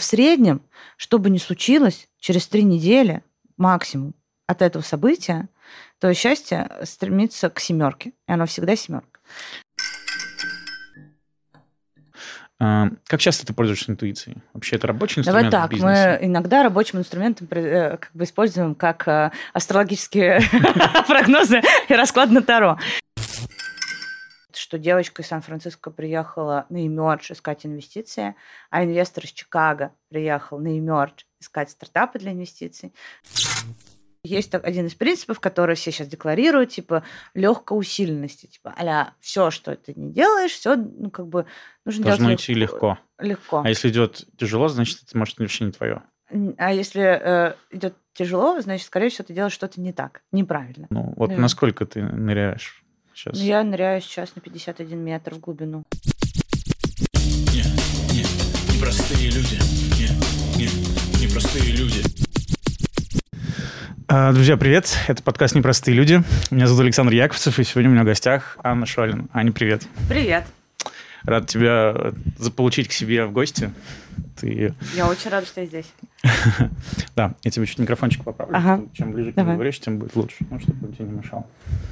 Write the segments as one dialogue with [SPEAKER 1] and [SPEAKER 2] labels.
[SPEAKER 1] среднем, что бы ни случилось, через 3 недели максимум от этого события, то счастье стремится к 7, и оно всегда 7.
[SPEAKER 2] Как часто ты пользуешься интуицией? Вообще это рабочий инструмент в бизнесе?
[SPEAKER 1] Мы иногда рабочим инструментом как бы используем как астрологические прогнозы и расклад на Таро. Что девочка из Сан-Франциско приехала на eMERGE искать инвестиции, а инвестор из Чикаго приехал на eMERGE искать стартапы для инвестиций. Есть один из принципов, который все сейчас декларируют, типа легкоусиленности, типа а-ля все, что ты не делаешь, все, ну, как бы нужно
[SPEAKER 2] должно
[SPEAKER 1] делать
[SPEAKER 2] идти легко.
[SPEAKER 1] Легко.
[SPEAKER 2] А если идет тяжело, значит, это может вообще не твое.
[SPEAKER 1] А если идет тяжело, значит, скорее всего, ты делаешь что-то не так, неправильно.
[SPEAKER 2] Ну, вот насколько ты ныряешь сейчас?
[SPEAKER 1] Я ныряю сейчас на 51 метр в глубину.
[SPEAKER 3] Непростые люди. Непростые люди.
[SPEAKER 2] Друзья, привет. Это подкаст «Непростые люди». Меня зовут Александр Яковцев, и сегодня у меня в гостях Анна Шолин. Аня, привет.
[SPEAKER 1] Привет.
[SPEAKER 2] Рад тебя заполучить к себе в гости.
[SPEAKER 1] Я очень рада, что я здесь.
[SPEAKER 2] Да, я тебе чуть микрофончик поправлю.
[SPEAKER 1] Ага.
[SPEAKER 2] Чем ближе к нему говоришь, тем будет лучше, чтобы он тебе не мешал.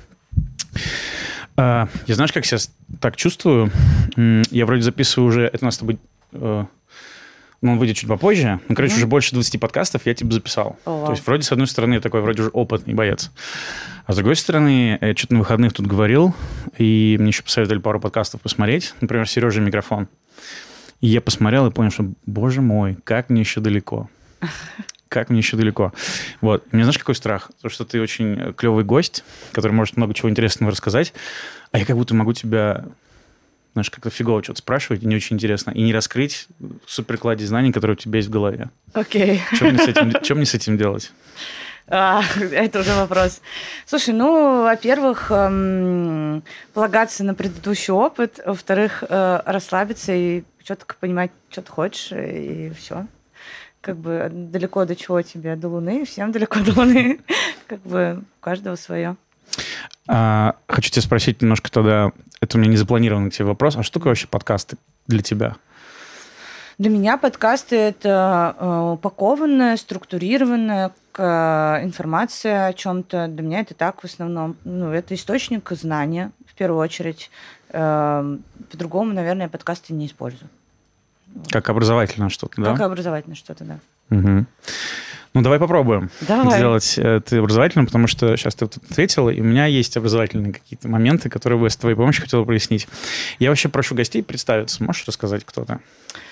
[SPEAKER 2] Я знаешь, как себя так чувствую? Я вроде записываю уже... Это у нас с тобой... он выйдет чуть попозже. Ну, короче, уже больше 20 подкастов я тебе записал. То есть, вроде, с одной стороны, я такой вроде уже опытный боец. А с другой стороны, я что-то на выходных тут говорил, и мне еще посоветовали пару подкастов посмотреть. Например, «Сережа микрофон». И я посмотрел и понял, что, боже мой, как мне еще далеко. Как мне еще далеко. Вот. У меня, знаешь, какой страх? То, что ты очень клевый гость, который может много чего интересного рассказать, а я как будто могу тебя... знаешь, как-то фигово что-то спрашивать, и не очень интересно, и не раскрыть суперкладезь знаний, которые у тебя есть в голове.
[SPEAKER 1] Окей.
[SPEAKER 2] Что мне с этим делать?
[SPEAKER 1] Это уже вопрос. Слушай, во-первых, полагаться на предыдущий опыт, во-вторых, расслабиться и четко понимать, что ты хочешь, и все. Как бы далеко до чего тебе? До Луны? Всем далеко до Луны. Как бы у каждого свое.
[SPEAKER 2] Хочу тебя спросить немножко тогда, это у меня не запланированный к тебе вопрос, а что такое вообще подкасты для тебя?
[SPEAKER 1] Для меня подкасты – это упакованная, структурированная информация о чем-то. Для меня это так в основном. Это источник знания, в первую очередь. По-другому, наверное, подкасты не использую.
[SPEAKER 2] Как образовательное что-то, да?
[SPEAKER 1] Как образовательное что-то, да.
[SPEAKER 2] Угу. Давай попробуем сделать это образовательным, потому что сейчас ты тут ответила, и у меня есть образовательные какие-то моменты, которые бы с твоей помощью хотела прояснить. Я вообще прошу гостей представиться. Можешь рассказать, кто ты?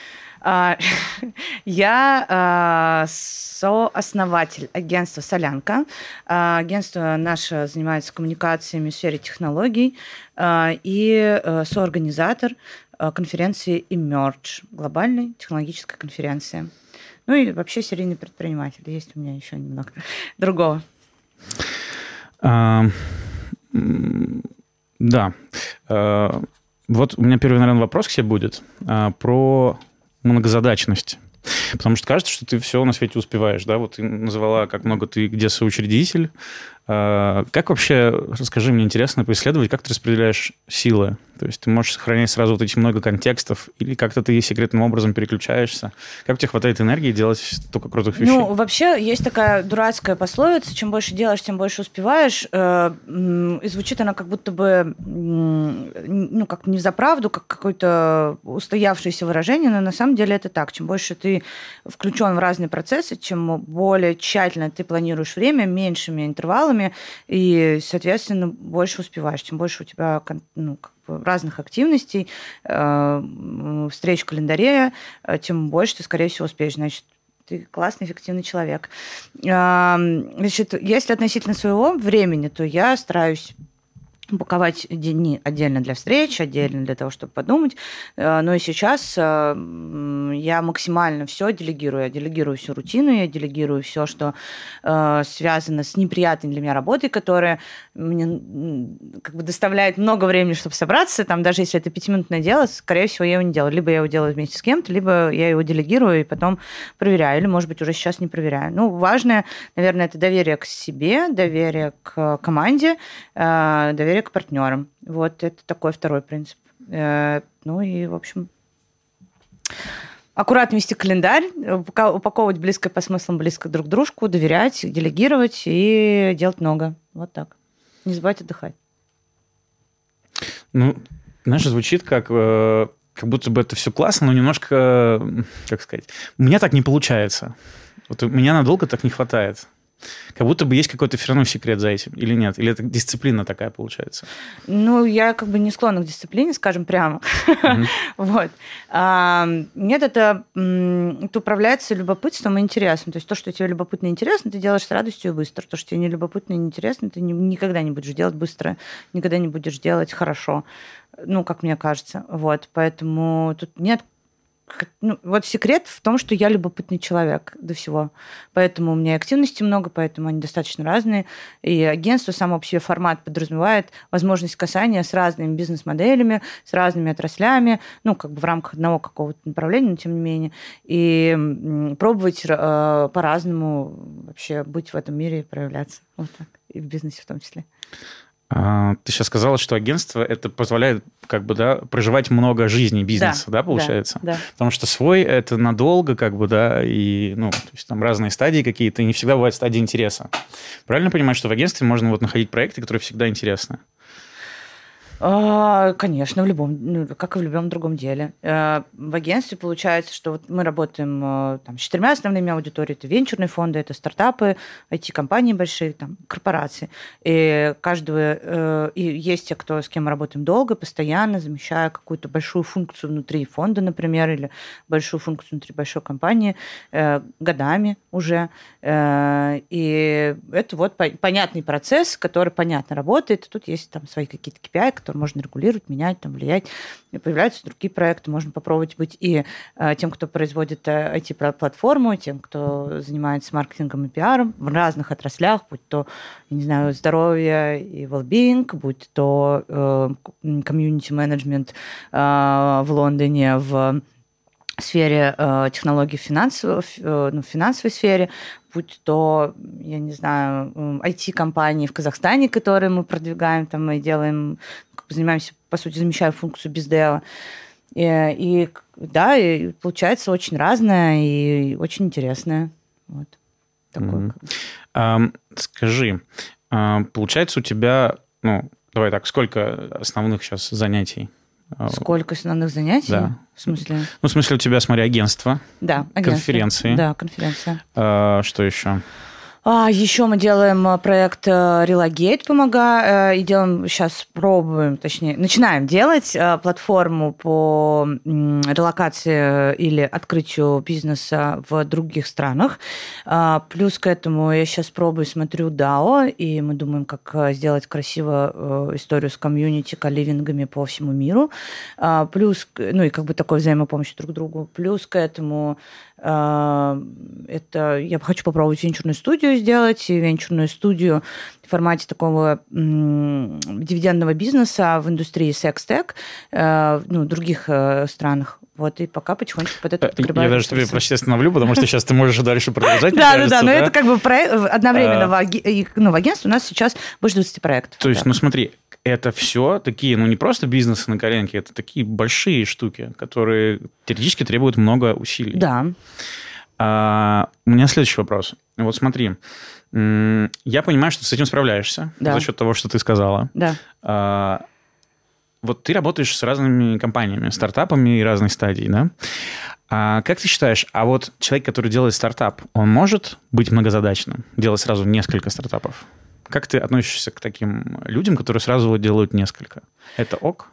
[SPEAKER 1] Я сооснователь агентства «Солянка». Агентство наше занимается коммуникациями в сфере технологий и соорганизатор конференции eMERGE, глобальной технологической конференции. И вообще серийный предприниматель. Есть у меня еще немного другого.
[SPEAKER 2] Да. Вот у меня первый, наверное, вопрос к тебе будет про многозадачность. Потому что кажется, что ты все на свете успеваешь. Да? Вот ты назвала, как много ты где соучредитель. Как вообще, расскажи, мне интересно поисследовать, как ты распределяешь силы? То есть ты можешь сохранять сразу вот эти много контекстов, или как-то ты секретным образом переключаешься? Как у тебя хватает энергии делать столько крутых вещей?
[SPEAKER 1] Вообще есть такая дурацкая пословица: чем больше делаешь, тем больше успеваешь. И звучит она как будто бы, как не за правду, как какое-то устоявшееся выражение, но на самом деле это так. Чем больше ты включен в разные процессы, чем более тщательно ты планируешь время, меньшими интервалами, и, соответственно, больше успеваешь, тем больше у тебя разных активностей, встреч в календаре, тем больше ты, скорее всего, успеешь. Значит, ты классный, эффективный человек. Значит, если относительно своего времени, то я стараюсь паковать дни отдельно для встреч, отдельно для того, чтобы подумать. Но и сейчас я максимально все делегирую. Я делегирую всю рутину, я делегирую все, что связано с неприятной для меня работой, которая мне доставляет много времени, чтобы собраться. Там, даже если это 5-минутное дело, скорее всего, я его не делаю. Либо я его делаю вместе с кем-то, либо я его делегирую и потом проверяю. Или, может быть, уже сейчас не проверяю. Важное, наверное, это доверие к себе, доверие к команде, доверие к партнерам. Вот это такой второй принцип. И, в общем, аккуратно вести календарь, упаковывать близко по смыслам, близко друг к дружку, доверять, делегировать и делать много. Вот так. Не забывать отдыхать.
[SPEAKER 2] Ну, знаешь, звучит как будто бы это все классно, но немножко, как сказать, у меня так не получается. Вот у меня надолго так не хватает. Как будто бы есть какой-то все равно секрет за этим, или нет? Или это дисциплина такая получается?
[SPEAKER 1] Ну, я как бы не склонна к дисциплине, скажем прямо. Вот. Нет, это управляется любопытством и интересом. То есть то, что тебе любопытно и интересно, ты делаешь с радостью и быстро. То, что тебе не любопытно и не интересно, ты никогда не будешь делать быстро, никогда не будешь делать хорошо. Ну, как мне кажется. Вот. Поэтому тут нет. Ну, вот секрет в том, что я любопытный человек до всего. Поэтому у меня активности много, поэтому они достаточно разные. И агентство само по себе формат подразумевает возможность касания с разными бизнес-моделями, с разными отраслями, ну, как бы в рамках одного какого-то направления, но тем не менее. И пробовать по-разному вообще быть в этом мире и проявляться. Вот так. И в бизнесе в том числе.
[SPEAKER 2] Ты сейчас сказала, что агентство это позволяет как бы, да, проживать много жизней бизнеса, да, получается?
[SPEAKER 1] Да.
[SPEAKER 2] Потому что свой это надолго, как бы, да, и, ну, то есть там разные стадии какие-то, и не всегда бывает стадии интереса. Правильно понимать, что в агентстве можно вот находить проекты, которые всегда интересны?
[SPEAKER 1] Конечно, как и в любом другом деле. В агентстве получается, что вот мы работаем там, с 4 основными аудиториями. Это венчурные фонды, это стартапы, IT-компании большие, там, корпорации. И и есть те, с кем мы работаем долго, постоянно, замещая какую-то большую функцию внутри фонда, например, или большую функцию внутри большой компании годами уже. И это вот понятный процесс, который понятно работает. Тут есть там свои какие-то KPI, которые можно регулировать, менять, там, влиять. И появляются другие проекты. Можно попробовать быть и тем, кто производит IT-платформу, тем, кто занимается маркетингом и пиаром в разных отраслях, будь то, я не знаю, здоровье и well-being, будь то комьюнити-менеджмент в Лондоне, в сфере технологий в финансовой сфере, будь то, я не знаю, IT-компании в Казахстане, которые мы продвигаем, там мы делаем, занимаемся, по сути, замещая функцию бездева. И получается очень разное и очень интересное. Вот. Такое.
[SPEAKER 2] Скажи, получается у тебя, ну, давай так, сколько основных сейчас занятий?
[SPEAKER 1] Сколько основных занятий?
[SPEAKER 2] Да.
[SPEAKER 1] В смысле?
[SPEAKER 2] Ну, в смысле, у тебя, смотри, агентство.
[SPEAKER 1] Да, агентство.
[SPEAKER 2] Конференции.
[SPEAKER 1] Да, конференция.
[SPEAKER 2] Что еще?
[SPEAKER 1] Еще мы делаем проект Relocate, помогая, и начинаем делать платформу по релокации или открытию бизнеса в других странах. Плюс к этому я сейчас смотрю DAO, и мы думаем, как сделать красиво историю с комьюнити, коливингами по всему миру. Плюс, ну и как бы такой взаимопомощь друг другу. Плюс к этому я хочу попробовать венчурную студию сделать, и венчурную студию в формате такого дивидендного бизнеса в индустрии секс-тек, в других странах. Вот, и пока потихонечку под это подгребаю.
[SPEAKER 2] Я даже тебе, прости, остановлю, потому что сейчас ты можешь дальше продолжать.
[SPEAKER 1] Да, но это как бы одновременно в агентстве у нас сейчас больше 20 проектов.
[SPEAKER 2] То есть, ну смотри, это все такие, ну не просто бизнесы на коленке, это такие большие штуки, которые теоретически требуют много усилий.
[SPEAKER 1] Да.
[SPEAKER 2] У меня следующий вопрос. Вот смотри, я понимаю, что ты с этим справляешься за счет того, что ты сказала.
[SPEAKER 1] Да.
[SPEAKER 2] Вот ты работаешь с разными компаниями, стартапами и разных стадий, да? Как ты считаешь, а вот человек, который делает стартап, он может быть многозадачным, делать сразу несколько стартапов? Как ты относишься к таким людям, которые сразу делают несколько? Это ок?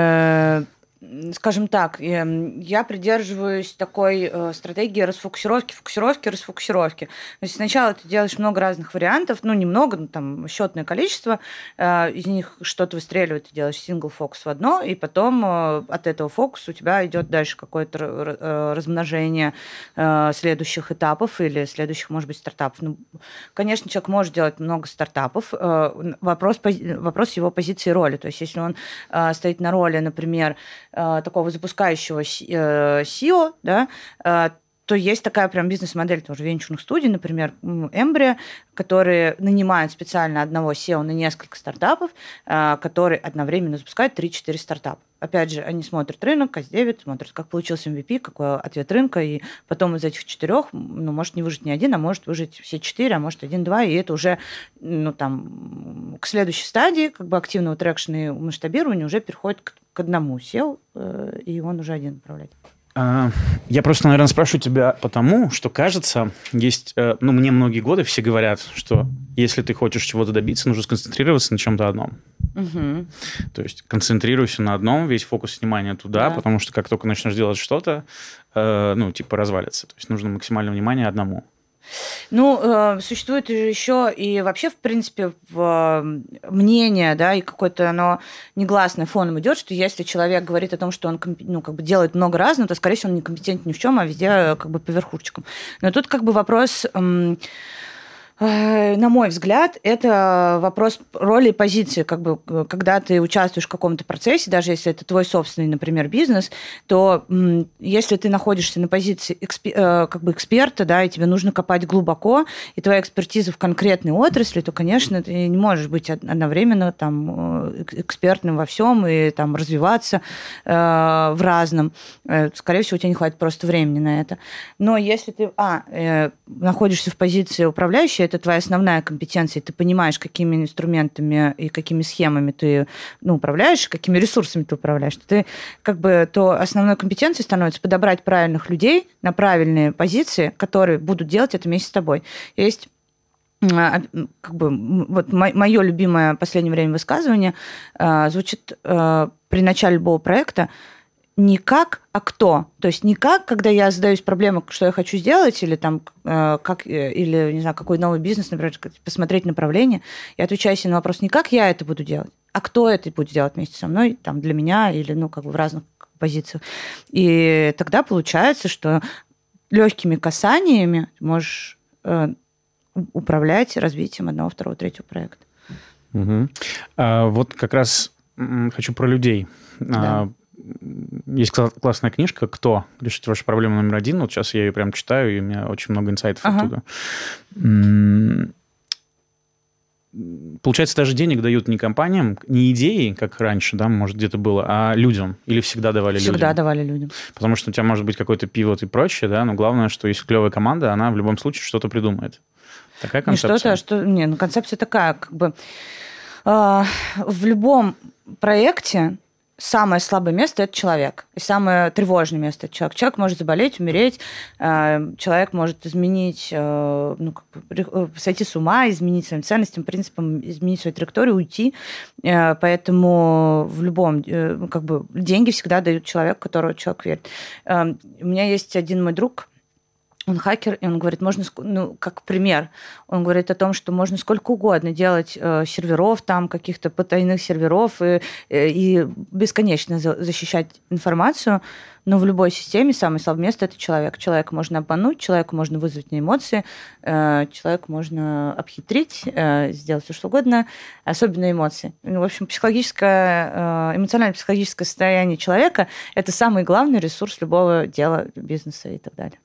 [SPEAKER 1] Скажем так, я придерживаюсь такой стратегии расфокусировки. То есть сначала ты делаешь много разных вариантов, ну, немного, но там счетное количество, из них что-то выстреливает, ты делаешь сингл-фокус в одно, и потом от этого фокуса у тебя идет дальше какое-то размножение следующих этапов или следующих, может быть, стартапов. Ну, конечно, человек может делать много стартапов. Вопрос его позиции и роли. То есть если он стоит на роли, например, такого запускающего SEO, да, то есть такая прям бизнес-модель тоже венчурных студий, например, Embryo, которые нанимают специально одного SEO на несколько стартапов, которые одновременно запускают 3-4 стартапа. Опять же, они смотрят рынок, Cas9, смотрят, как получился MVP, какой ответ рынка, и потом из этих 4, может не выжить не один, а может выжить все 4, а может 1-2, и это уже к следующей стадии как бы активного трекшена и масштабирования уже переходит к одному SEO, и он уже один управляет.
[SPEAKER 2] Я просто, наверное, спрашиваю тебя потому, что, кажется, есть... мне многие годы все говорят, что если ты хочешь чего-то добиться, нужно сконцентрироваться на чем-то одном.
[SPEAKER 1] Угу.
[SPEAKER 2] То есть концентрируйся на одном, весь фокус внимания туда, потому что как только начнешь делать что-то, развалится. То есть нужно максимальное внимание одному.
[SPEAKER 1] Существует же еще и вообще, в принципе, мнение, да, и какое-то оно негласное фоном идет, что если человек говорит о том, что он делает много разного, то, скорее всего, он не компетентен ни в чем, а везде как бы по верхушечкам. Но тут как бы вопрос... На мой взгляд, это вопрос роли и позиции. Как бы, когда ты участвуешь в каком-то процессе, даже если это твой собственный, например, бизнес, то если ты находишься на позиции эксперта, да, и тебе нужно копать глубоко, и твоя экспертиза в конкретной отрасли, то, конечно, ты не можешь быть одновременно экспертным во всем и развиваться в разном. Скорее всего, у тебя не хватит просто времени на это. Но если ты находишься в позиции управляющей, это твоя основная компетенция, и ты понимаешь, какими инструментами и какими схемами ты управляешь, какими ресурсами ты управляешь, то основной компетенцией становится подобрать правильных людей на правильные позиции, которые будут делать это вместе с тобой. Есть мое любимое в последнее время высказывание звучит при начале любого проекта: не как, а кто. То есть не как, когда я задаюсь проблемой, что я хочу сделать, или или, не знаю, какой новый бизнес, например, посмотреть направление. Я отвечаю себе на вопрос не как я это буду делать, а кто это будет делать вместе со мной, для меня, или, в разных позициях. И тогда получается, что легкими касаниями можешь управлять развитием одного, второго, третьего проекта.
[SPEAKER 2] Угу. Вот как раз хочу про людей.
[SPEAKER 1] Да.
[SPEAKER 2] Есть классная книжка «Кто? Решить вашу проблему номер 1». Вот сейчас я ее прям читаю, и у меня очень много инсайтов оттуда. Получается, даже денег дают не компаниям, не идеи, как раньше, да, может, где-то было, а людям. Или всегда давали людям?
[SPEAKER 1] Всегда давали людям.
[SPEAKER 2] Потому что у тебя может быть какой-то пивот и прочее, да, но главное, что если клевая команда, она в любом случае что-то придумает. Такая концепция?
[SPEAKER 1] Концепция такая, в любом проекте самое слабое место – это человек. И самое тревожное место – это человек. Человек может заболеть, умереть, человек может изменить, сойти с ума, изменить своим ценностям, принципам, изменить свою траекторию, уйти. Поэтому в любом, деньги всегда дают человеку, которого человек верит. У меня есть один мой друг, он хакер, и он говорит, можно, как пример, он говорит о том, что можно сколько угодно делать серверов, каких-то потайных серверов и бесконечно защищать информацию, но в любой системе самое слабое место – это человек. Человека можно обмануть, человеку можно вызвать на эмоции, человеку можно обхитрить, сделать все что угодно, особенно эмоции. В общем, эмоционально-психологическое состояние человека – это самый главный ресурс любого дела, бизнеса и так далее.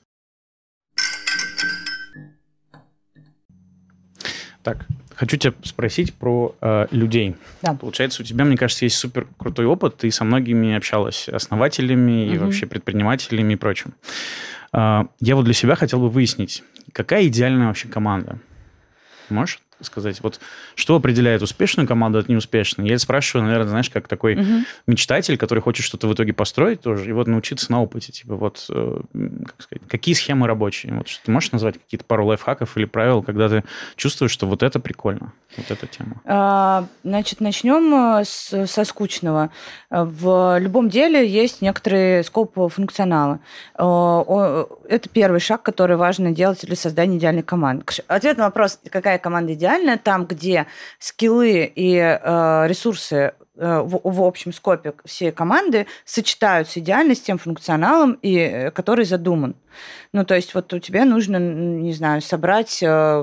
[SPEAKER 2] Так, хочу тебя спросить про людей.
[SPEAKER 1] Да.
[SPEAKER 2] Получается, у тебя, мне кажется, есть супер крутой опыт. Ты со многими общалась, основателями и вообще предпринимателями и прочим. Я вот для себя хотел бы выяснить, какая идеальная вообще команда? Можешь сказать, вот что определяет успешную команду от неуспешной? Я это спрашиваю, наверное, знаешь, как такой мечтатель, который хочет что-то в итоге построить тоже, и вот научиться на опыте. Как сказать, какие схемы рабочие? Вот, ты можешь назвать какие-то пару лайфхаков или правил, когда ты чувствуешь, что вот это прикольно, вот эта тема?
[SPEAKER 1] Значит, начнем со скучного. В любом деле есть некоторый скоп функционала. Это первый шаг, который важно делать для создания идеальной команды. Ответ на вопрос, какая команда идеальная, там, где скиллы и ресурсы в общем скопе всей команды сочетаются идеально с тем функционалом, который задуман. Ну, то есть вот у тебя нужно, не знаю, собрать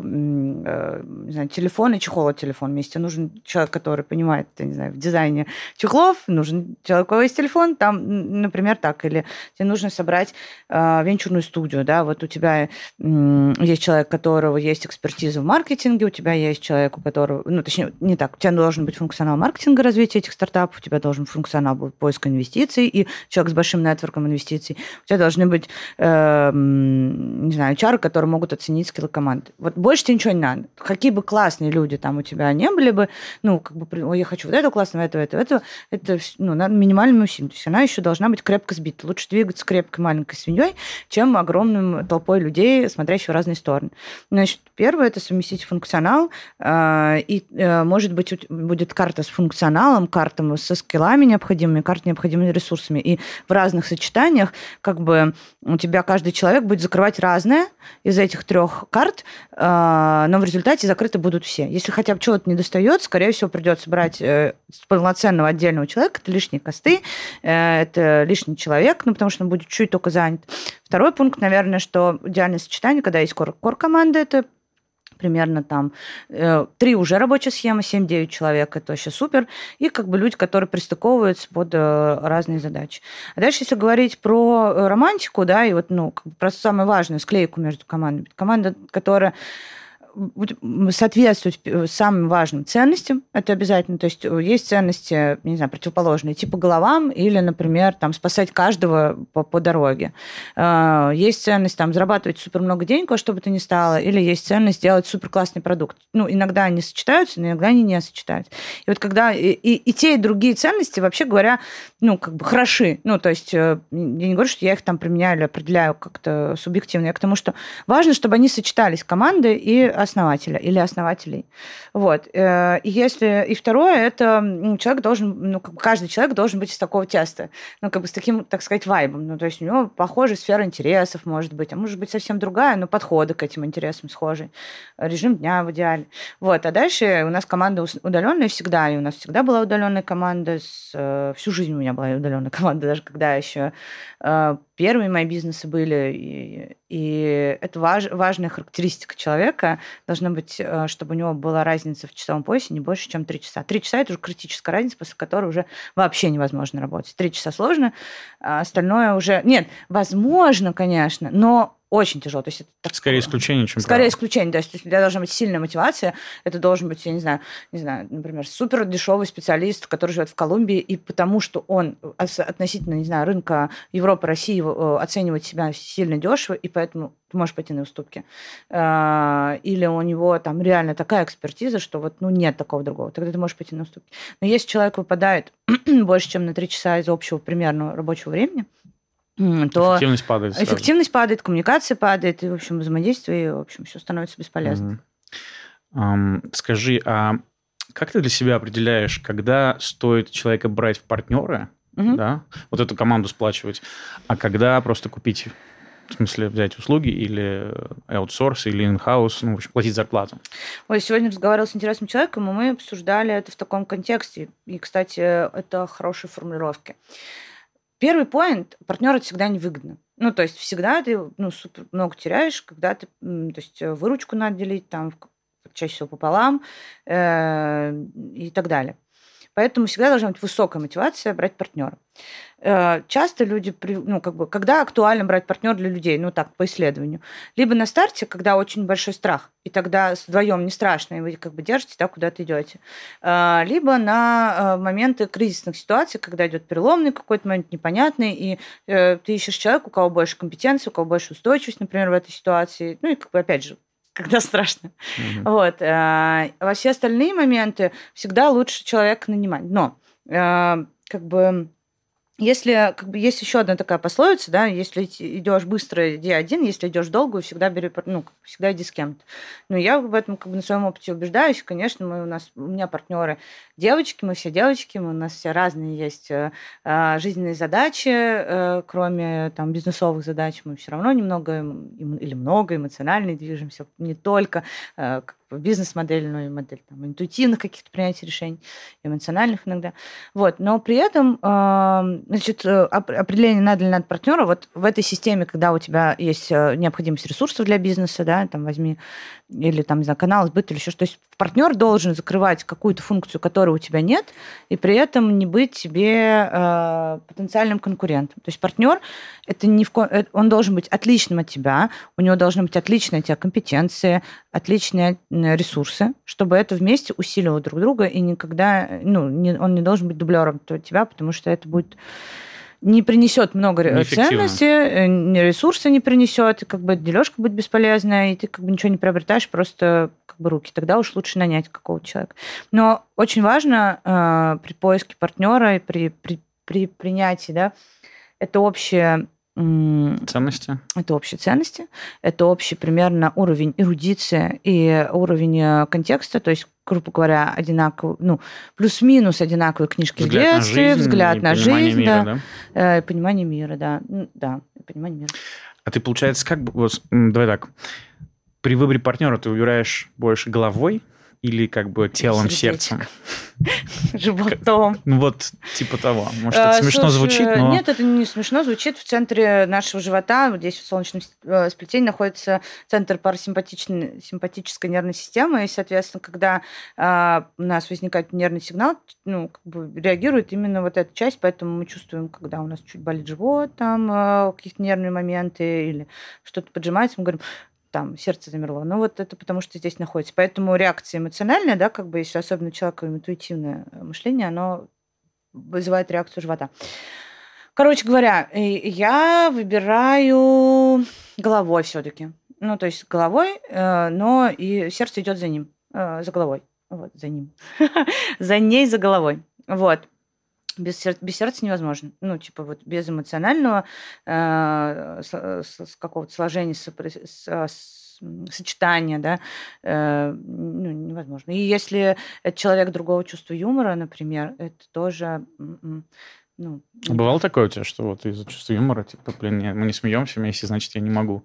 [SPEAKER 1] не знаю, телефон и чехол от телефона вместе. Нужен человек, который понимает, не знаю, в дизайне чехлов, нужен человек, у кого есть телефон, там, например, так. Или тебе нужно собрать венчурную студию, да, вот у тебя есть человек, у которого есть экспертиза в маркетинге, у тебя есть человек, у которого, ну, точнее, не так, у тебя должен быть функционал маркетинга, развития этих стартапов, у тебя должен функционал поиска инвестиций и человек с большим нетворком инвестиций, у тебя должны быть не знаю, HR, которые могут оценить скиллы команды. Вот больше тебе ничего не надо. Какие бы классные люди там у тебя не были бы, ну, как бы, я хочу вот этого классного, этого, это ну, надо минимальным усилием. То есть она еще должна быть крепко сбита. Лучше двигаться крепкой маленькой свиньей, чем огромным толпой людей, смотрящих в разные стороны. Значит, первое – это совместить функционал, и, может быть, будет карта с функционалом, карта со скиллами необходимыми, карта необходимыми ресурсами. И в разных сочетаниях как бы у тебя каждый человек будет закрывать разное из этих 3 карт, но в результате закрыты будут все. Если хотя бы чего-то не достает, скорее всего, придется брать полноценного отдельного человека, это лишние косты, это лишний человек, ну, потому что он будет чуть только занят. Второй пункт, наверное, что идеальное сочетание, когда есть кор-команда, это примерно там 3 уже рабочая схема, 7-9 человек, это вообще супер, и как бы люди, которые пристыковываются под разные задачи. А дальше, если говорить про романтику, да, и вот, ну, как бы про самое важное, склейку между командами. Команда, которая соответствовать самым важным ценностям, это обязательно. То есть есть ценности, не знаю, противоположные, типа головам или, например, там, спасать каждого по дороге. Есть ценность там, зарабатывать супер много денег, во что бы то ни стало, или есть ценность делать супер классный продукт. Ну, иногда они сочетаются, но иногда они не сочетаются. И вот когда и те, и другие ценности, вообще говоря, ну, как бы хороши. Ну, то есть я не говорю, что я их там применяю или определяю как-то субъективно. Я к тому, что важно, чтобы они сочетались, команды и основателя или основателей. Вот. И второе, это человек должен, ну, как бы каждый человек должен быть из такого теста, ну, как бы с таким, так сказать, вайбом. Ну, то есть у него похожая сфера интересов, может быть, а может быть совсем другая, но подходы к этим интересам схожие. Режим дня в идеале. Вот. А дальше у нас команда удаленная всегда, и у нас всегда была удаленная команда. Всю жизнь у меня была удаленная команда, даже когда еще первые мои бизнесы были. И это важная характеристика человека. Должна быть, чтобы у него была разница в часовом поясе не больше, чем 3 часа. 3 часа – это уже критическая разница, после которой уже вообще невозможно работать. 3 часа сложно, а остальное уже… Нет, возможно, конечно, но очень тяжело. То есть это
[SPEAKER 2] скорее исключение, чем
[SPEAKER 1] скорее исключение. То есть у тебя должна быть сильная мотивация. Это должен быть, я не знаю, например, супер дешевый специалист, который живет в Колумбии, и потому что он относительно, не знаю, рынка Европы, России оценивает себя сильно дешево, и поэтому ты можешь пойти на уступки. Или у него там реально такая экспертиза, что вот, ну, нет такого другого. Тогда ты можешь пойти на уступки. Но если человек выпадает больше, чем на 3 часа из общего примерного рабочего времени, то
[SPEAKER 2] эффективность падает.
[SPEAKER 1] Эффективность падает, коммуникация падает, и, в общем, взаимодействие, и, в общем, все становится бесполезным.
[SPEAKER 2] Скажи, а как ты для себя определяешь, когда стоит человека брать в партнеры, да, вот эту команду сплачивать, а когда просто купить, в смысле взять услуги или аутсорс, или инхаус, ну, в общем, платить зарплату?
[SPEAKER 1] Ой, сегодня разговаривала с интересным человеком, и мы обсуждали это в таком контексте. И, кстати, это хорошие формулировки. Первый поинт – партнер это всегда невыгодно. Ну, то есть всегда ты супер много теряешь, когда ты, то есть выручку надо делить, там, чаще всего пополам и так далее. Поэтому всегда должна быть высокая мотивация брать партнера. Часто люди, когда актуально брать партнера для людей, ну так, по исследованию, либо на старте, когда очень большой страх, и тогда вдвоем не страшно, и вы как бы держите, да, куда-то идете, либо на моменты кризисных ситуаций, когда идет переломный какой-то момент, непонятный, и ты ищешь человека, у кого больше компетенции, у кого больше устойчивость, например, в этой ситуации, ну и как бы опять же, когда страшно. Вот. Во все остальные моменты всегда лучше человека нанимать. Но как бы если есть еще одна такая пословица, да, если идешь быстро, иди один, если идешь долго, всегда всегда иди с кем-то. Но я в этом как бы на своем опыте убеждаюсь. Конечно, у меня партнеры девочки, мы все девочки, у нас все разные есть жизненные задачи, кроме там бизнесовых задач, мы все равно немного или много эмоционально движемся, не только бизнес-модель, но и модель там, интуитивных каких-то принятий решений, эмоциональных иногда. Вот. Но при этом, значит, определение надо или надо партнера, вот в этой системе, когда у тебя есть необходимость ресурсов для бизнеса, да, там возьми, или там, не знаю, канал, сбыт или еще что-то. То есть партнер должен закрывать какую-то функцию, которой у тебя нет, и при этом не быть тебе потенциальным конкурентом. То есть партнер, он должен быть отличным от тебя, у него должны быть отличные у тебя компетенции, отличные ресурсы, чтобы это вместе усиливало друг друга, и никогда, он не должен быть дублером тебя, потому что это будет не принесет много ценности, ресурса не принесет, как бы дележка будет бесполезная, и ты как бы ничего не приобретаешь, просто как бы руки. Тогда уж лучше нанять какого-то человека. Но очень важно при поиске партнера и при принятии, да, это общие
[SPEAKER 2] ценности.
[SPEAKER 1] Это общие ценности, это общий примерно уровень эрудиции и уровень контекста, то есть, грубо говоря, одинаковый, плюс-минус одинаковые книжки в детстве, взгляд на жизнь,
[SPEAKER 2] мира,
[SPEAKER 1] да, понимание мира, да, понимание мира.
[SPEAKER 2] А ты, получается, давай так, при выборе партнера ты выбираешь больше головой или как бы телом, сердцем?
[SPEAKER 1] Животом.
[SPEAKER 2] Вот типа того. Может, это смешно звучит, но...
[SPEAKER 1] Нет, это не смешно звучит. В центре нашего живота, вот здесь в солнечном сплетении, находится центр парасимпатической нервной системы, и, соответственно, когда у нас возникает нервный сигнал, реагирует именно вот эта часть, поэтому мы чувствуем, когда у нас чуть болит живот, там какие-то нервные моменты или что-то поджимается, мы говорим, там сердце замерло. Вот это потому, что здесь находится. Поэтому реакция эмоциональная, да, как бы, если особенно у человека интуитивное мышление, оно вызывает реакцию живота. Короче говоря, я выбираю головой все-таки. То есть головой, но и сердце идет за ним, за головой. Вот, за ним. За ней, за головой. Вот. Без сердца невозможно. Без эмоционального какого-то сложения, сочетания, да, невозможно. И если это человек другого чувства юмора, например, это тоже...
[SPEAKER 2] Бывало такое у тебя, что вот из-за чувства юмора, типа, мы не смеемся вместе, значит, я не могу?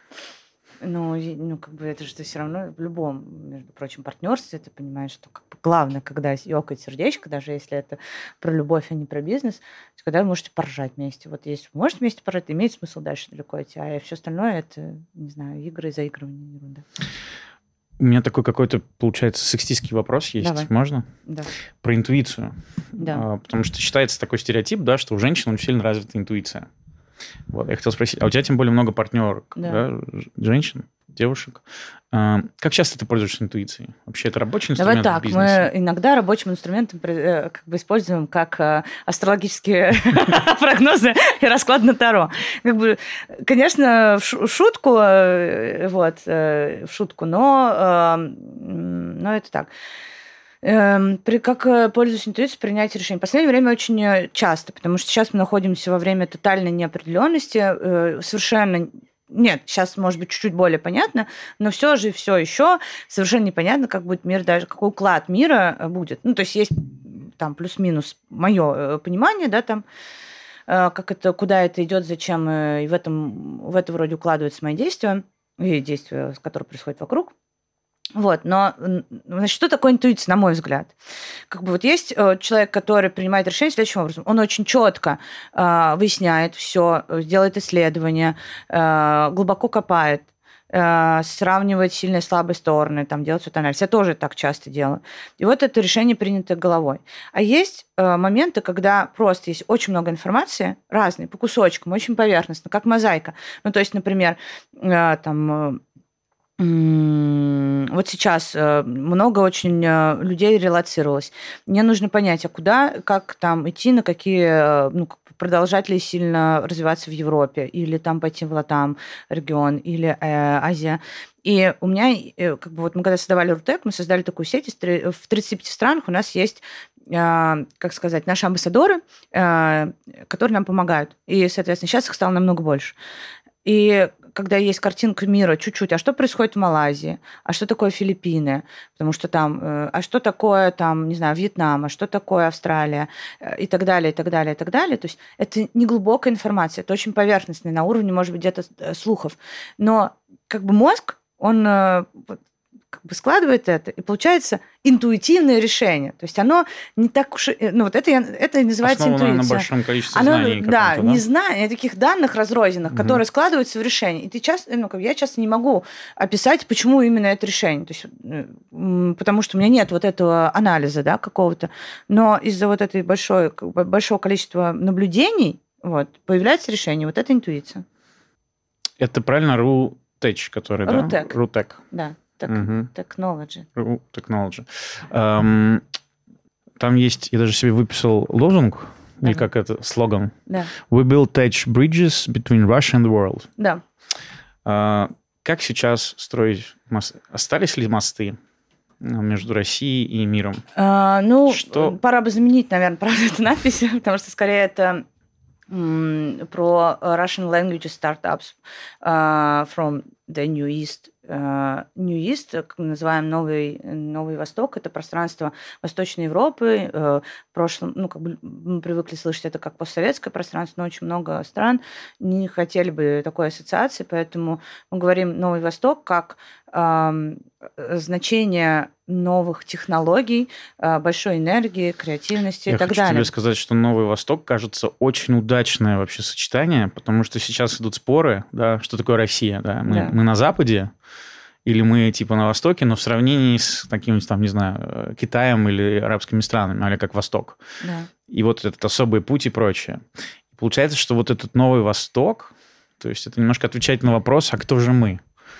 [SPEAKER 1] Это же все равно в любом, между прочим, партнерстве ты понимаешь, что как бы главное, когда ёкает сердечко, даже если это про любовь, а не про бизнес, когда вы можете поржать вместе. Вот если вы можете вместе поржать, имеет смысл дальше далеко идти, а все остальное это, не знаю, игры и заигрывание, ерунда.
[SPEAKER 2] У меня такой какой-то, получается, сексистский вопрос есть.
[SPEAKER 1] Давай.
[SPEAKER 2] Можно?
[SPEAKER 1] Да.
[SPEAKER 2] Про интуицию.
[SPEAKER 1] Да.
[SPEAKER 2] Потому что считается такой стереотип, да, что у женщин очень сильно развита интуиция. Вот, я хотел спросить, а у тебя тем более много партнерок, да, женщин, девушек. Как часто ты пользуешься интуицией? Вообще это рабочий инструмент в бизнесе?
[SPEAKER 1] Мы иногда рабочим инструментом как бы используем как астрологические прогнозы и расклад на Таро. Как бы, конечно, в шутку, но это так. Как пользуюсь интуицией принятия решений? В последнее время очень часто, потому что сейчас мы находимся во время тотальной неопределенности, совершенно... Нет, сейчас, может быть, чуть-чуть более понятно, но все еще совершенно непонятно, как будет мир, даже какой уклад мира будет. То есть есть там плюс-минус мое понимание, да, там, как это, куда это идет, зачем, и в это вроде укладываются мои действия, и действия, которые происходят вокруг. Но, значит, что такое интуиция, на мой взгляд? Как бы вот есть человек, который принимает решение следующим образом. Он очень четко выясняет все, делает исследования, глубоко копает, сравнивает сильные и слабые стороны, там, делает свой анализ. Я тоже так часто делаю. И вот это решение принято головой. А есть моменты, когда просто есть очень много информации, разной, по кусочкам, очень поверхностно, как мозаика. То есть, например, там... Вот сейчас много очень людей релацировалось. Мне нужно понять, а куда, как там идти, на какие, продолжать ли сильно развиваться в Европе, или там пойти в Латам регион, или Азия. И у меня, как бы вот мы когда создавали Рутек, мы создали такую сеть, в 35 странах у нас есть, как сказать, наши амбассадоры, которые нам помогают. И, соответственно, сейчас их стало намного больше. И когда есть картинка мира чуть-чуть, а что происходит в Малайзии, а что такое Филиппины, потому что там, а что такое там, не знаю, Вьетнам, а что такое Австралия, и так далее, и так далее, и так далее. То есть это не глубокая информация, это очень поверхностная, на уровне, может быть, где-то слухов. Но как бы мозг, он как бы складывает это, и получается интуитивное решение. То есть оно не так уж... Ну, вот это называется
[SPEAKER 2] интуиция.
[SPEAKER 1] Основано
[SPEAKER 2] на большом количестве знаний.
[SPEAKER 1] Да, не знания, таких данных разрозненных, которые складываются в решение. И ты я часто не могу описать, почему именно это решение. То есть, потому что у меня нет вот этого анализа, да, какого-то. Но из-за вот этой большого количества наблюдений появляется решение. Вот это интуиция.
[SPEAKER 2] Это правильно RUTech, который,
[SPEAKER 1] RUTech.
[SPEAKER 2] Да? RUTech.
[SPEAKER 1] Да, technology.
[SPEAKER 2] Technology. Там есть, я даже себе выписал лозунг, или как это, слоган.
[SPEAKER 1] Да.
[SPEAKER 2] We build tech bridges between Russia and the world.
[SPEAKER 1] Да.
[SPEAKER 2] Как сейчас строить мосты? Остались ли мосты между Россией и миром?
[SPEAKER 1] Пора бы заменить, наверное, правда, эту надпись, потому что скорее это про Russian language startups from the New East. New East, как мы называем Новый Восток, это пространство Восточной Европы. В прошлом, мы привыкли слышать это как постсоветское пространство, но очень много стран не хотели бы такой ассоциации, поэтому мы говорим Новый Восток как значение новых технологий, большой энергии, креативности и так далее.
[SPEAKER 2] Я хочу тебе сказать, что Новый Восток, кажется, очень удачное вообще сочетание, потому что сейчас идут споры, да, что такое Россия. Да? Мы на Западе, или мы типа на Востоке, но в сравнении с каким-нибудь там, не знаю, Китаем или арабскими странами, или как Восток.
[SPEAKER 1] Да.
[SPEAKER 2] И вот этот особый путь и прочее. И получается, что вот этот Новый Восток, то есть это немножко отвечает на вопрос, а кто же мы?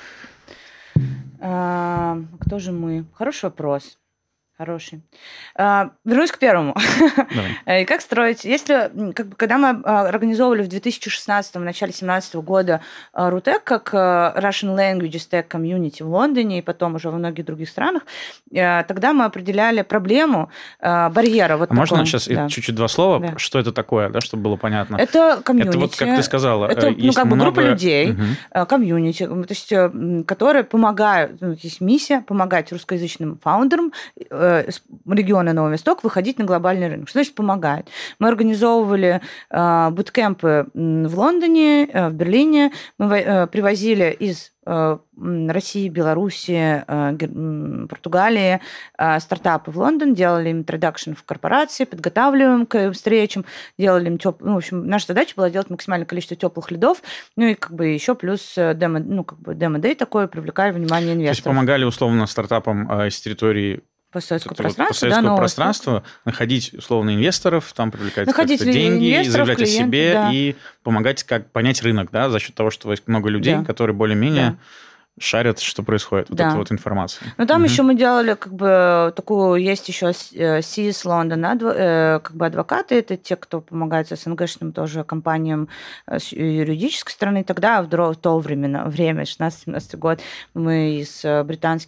[SPEAKER 1] Кто же мы? Хороший вопрос. Хороший. Вернусь к первому. И как строить? Когда мы организовывали в 2016-м, в начале 2017 года RUTech, как Russian Language Tech Community в Лондоне и потом уже во многих других странах, тогда мы определяли проблему барьера.
[SPEAKER 2] Можно сейчас чуть-чуть два слова? Да. Что это такое, да, чтобы было понятно?
[SPEAKER 1] Это комьюнити.
[SPEAKER 2] Это вот, как ты сказала,
[SPEAKER 1] это
[SPEAKER 2] есть
[SPEAKER 1] группа людей, комьюнити, то есть, которые помогают, есть миссия помогать русскоязычным фаундерам региона Новый Восток выходить на глобальный рынок. Что значит помогает? Мы организовывали буткемпы в Лондоне, в Берлине. Мы привозили из России, Беларуси, Португалии стартапы в Лондон, делали им интродакшн в корпорации, подготавливаем к встречам, делали им в общем, наша задача была делать максимальное количество теплых лидов, и еще плюс демо-дэй такое, привлекали внимание инвесторов.
[SPEAKER 2] То есть помогали условно стартапам с территории
[SPEAKER 1] постсоветского
[SPEAKER 2] пространства, находить, условно, инвесторов, там привлекать деньги, заявлять о себе и помогать как понять рынок, да, за счет того, что есть много людей, которые более-менее шарят, что происходит, вот эта вот информация.
[SPEAKER 1] Но там еще мы делали такую, есть еще CIS London, адвокаты, это те, кто помогает СНГшным тоже компаниям с юридической стороны. Тогда, в то время, 16-17 год, мы с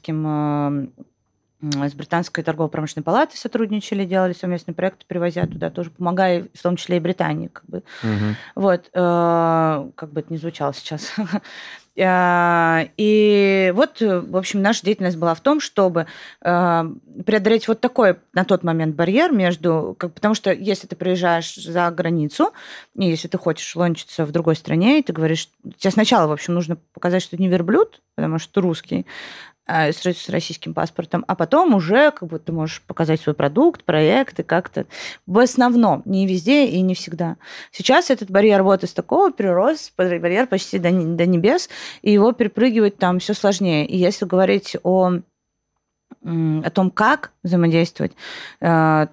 [SPEAKER 1] Британской торгово-промышленной палатой сотрудничали, делали совместный проект, привозя туда тоже, помогая, в том числе и Британии. Вот, как бы это ни звучало сейчас. И вот, в общем, наша деятельность была в том, чтобы преодолеть вот такой на тот момент барьер потому что если ты приезжаешь за границу, и если ты хочешь лончиться в другой стране, и ты говоришь, тебе сначала, в общем, нужно показать, что ты не верблюд, потому что ты русский, с российским паспортом, а потом уже ты можешь показать свой продукт, проект и как-то. В основном, не везде и не всегда. Сейчас этот барьер вот из такого перерос, барьер почти до небес, и его перепрыгивать там все сложнее. И если говорить о том, как взаимодействовать, то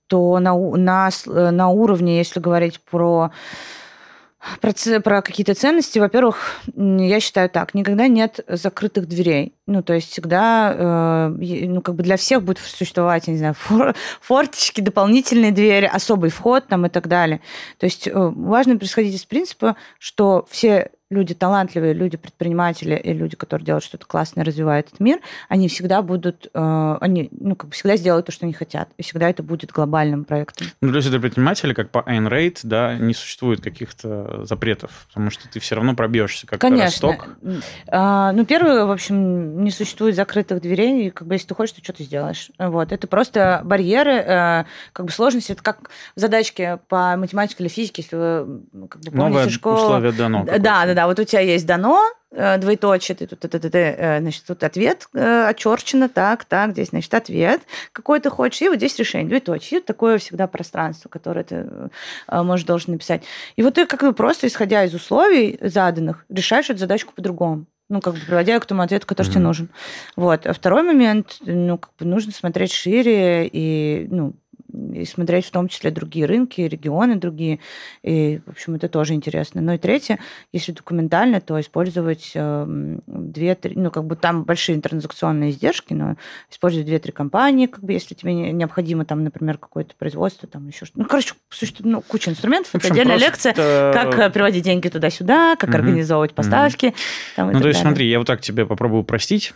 [SPEAKER 1] на уровне, если говорить про какие-то ценности, во-первых, я считаю так, никогда нет закрытых дверей. То есть всегда, для всех будет существовать, я не знаю, форточки, дополнительные двери, особый вход там и так далее. То есть важно происходить из принципа, что все люди талантливые, люди предприниматели и люди, которые делают что-то классное, развивают этот мир, они всегда будут, всегда сделают то, что они хотят. И всегда это будет глобальным проектом.
[SPEAKER 2] Для предпринимателей, как по Ayn Rand, да, не существует каких-то запретов, потому что ты все равно пробьешься как росток.
[SPEAKER 1] Конечно. Первое, в общем, не существует закрытых дверей, и если ты хочешь, то что ты сделаешь. Вот. Это просто барьеры, сложности. Это как в задачке по математике или физике, если вы помните
[SPEAKER 2] новое
[SPEAKER 1] школу.
[SPEAKER 2] Условие дано.
[SPEAKER 1] Да. Да-да-да, вот у тебя есть дано, двоеточие, ты тут, значит, тут ответ очерчено, так, здесь, значит, ответ, какой ты хочешь, и вот здесь решение, двоеточие. И такое всегда пространство, которое ты должен написать. И вот ты как бы просто, исходя из условий заданных, решаешь эту задачку по-другому. Приводя ее к тому ответу, который тебе нужен. Вот. А второй момент, нужно смотреть шире и смотреть в том числе другие рынки, регионы другие. И, в общем, это тоже интересно. Ну и третье, если документально, то использовать 2-3, там большие транзакционные издержки, но использовать 2-3 компании, если тебе необходимо, там, например, какое-то производство, там еще что-то. Существует куча инструментов. Это отдельная лекция, как переводить деньги туда-сюда, как организовывать поставки.
[SPEAKER 2] То есть, смотри, я вот так тебе попробую упростить.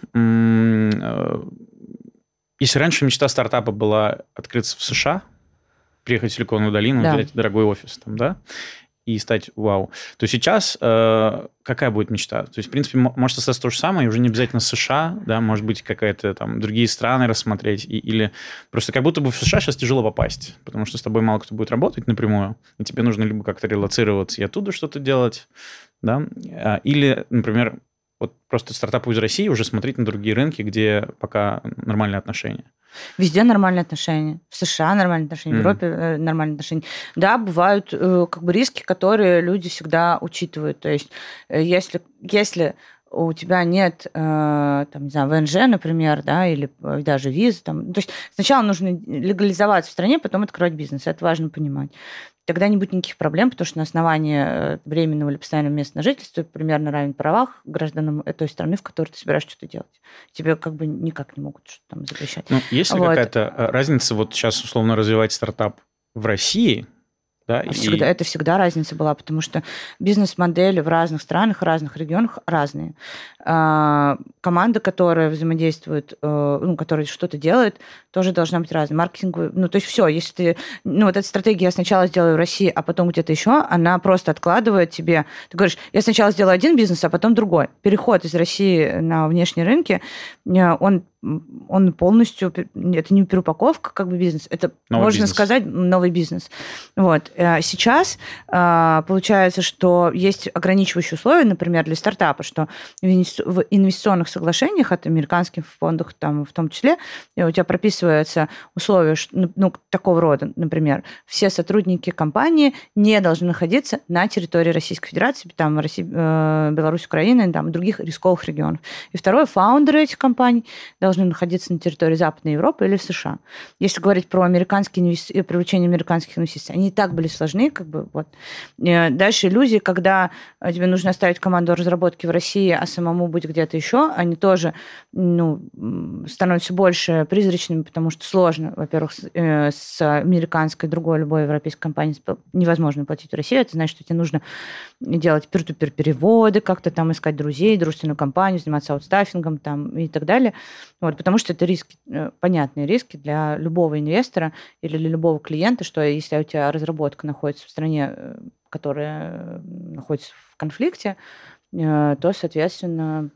[SPEAKER 2] Если раньше мечта стартапа была открыться в США, приехать в Силиконовую долину, взять дорогой офис там, да, и стать вау, то сейчас какая будет мечта? То есть, в принципе, может остаться то же самое, и уже не обязательно США, да, может быть, какая-то там другие страны рассмотреть, или просто как будто бы в США сейчас тяжело попасть, потому что с тобой мало кто будет работать напрямую, и тебе нужно либо как-то релоцироваться и оттуда что-то делать, да, или, например, вот просто стартапу из России уже смотреть на другие рынки, где пока нормальные отношения.
[SPEAKER 1] Везде нормальные отношения. В США нормальные отношения, в Европе нормальные отношения. Да, бывают риски, которые люди всегда учитывают. То есть если у тебя нет, ВНЖ, например, да, или даже визы, то есть сначала нужно легализоваться в стране, потом открывать бизнес. Это важно понимать. Тогда не будет никаких проблем, потому что на основании временного или постоянного места на жительство примерно равен правах гражданам той страны, в которой ты собираешься что-то делать. Тебе никак не могут что-то там запрещать.
[SPEAKER 2] Есть ли какая-то разница, вот сейчас условно развивать стартап в России? Да,
[SPEAKER 1] это всегда разница была, потому что бизнес-модели в разных странах, в разных регионах разные. Команда, которая взаимодействует, которая что-то делает, тоже должна быть разной. Маркетинговая, то есть все, если ты, вот эта стратегия я сначала сделаю в России, а потом где-то еще, она просто откладывает тебе, ты говоришь, я сначала сделаю один бизнес, а потом другой. Переход из России на внешние рынки, он полностью, это не переупаковка бизнес, это, можно сказать, новый бизнес. Вот. Сейчас получается, что есть ограничивающие условия, например, для стартапа, что в инвестиционных соглашениях от американских фондов, там, в том числе, у тебя прописываются условия такого рода, например, все сотрудники компании не должны находиться на территории Российской Федерации, там, Беларусь, Украина, там, других рисковых регионов. И второе, фаундеры этих компаний должны находиться на территории Западной Европы или США. Если говорить про привлечение американских инвестиций, они и так были сложны, Дальше иллюзии, когда тебе нужно оставить команду разработки в России, а самому быть где-то еще, они тоже становятся больше призрачными, потому что сложно, во-первых, с американской, другой, любой европейской компанией невозможно платить в России. Это значит, что тебе нужно делать пир-ту-пир переводы, как-то там искать друзей, дружественную компанию, заниматься аутстаффингом там, и так далее. Потому что это риски, понятные риски для любого инвестора или для любого клиента, что если у тебя разработка находится в стране, которая находится в конфликте, то, соответственно,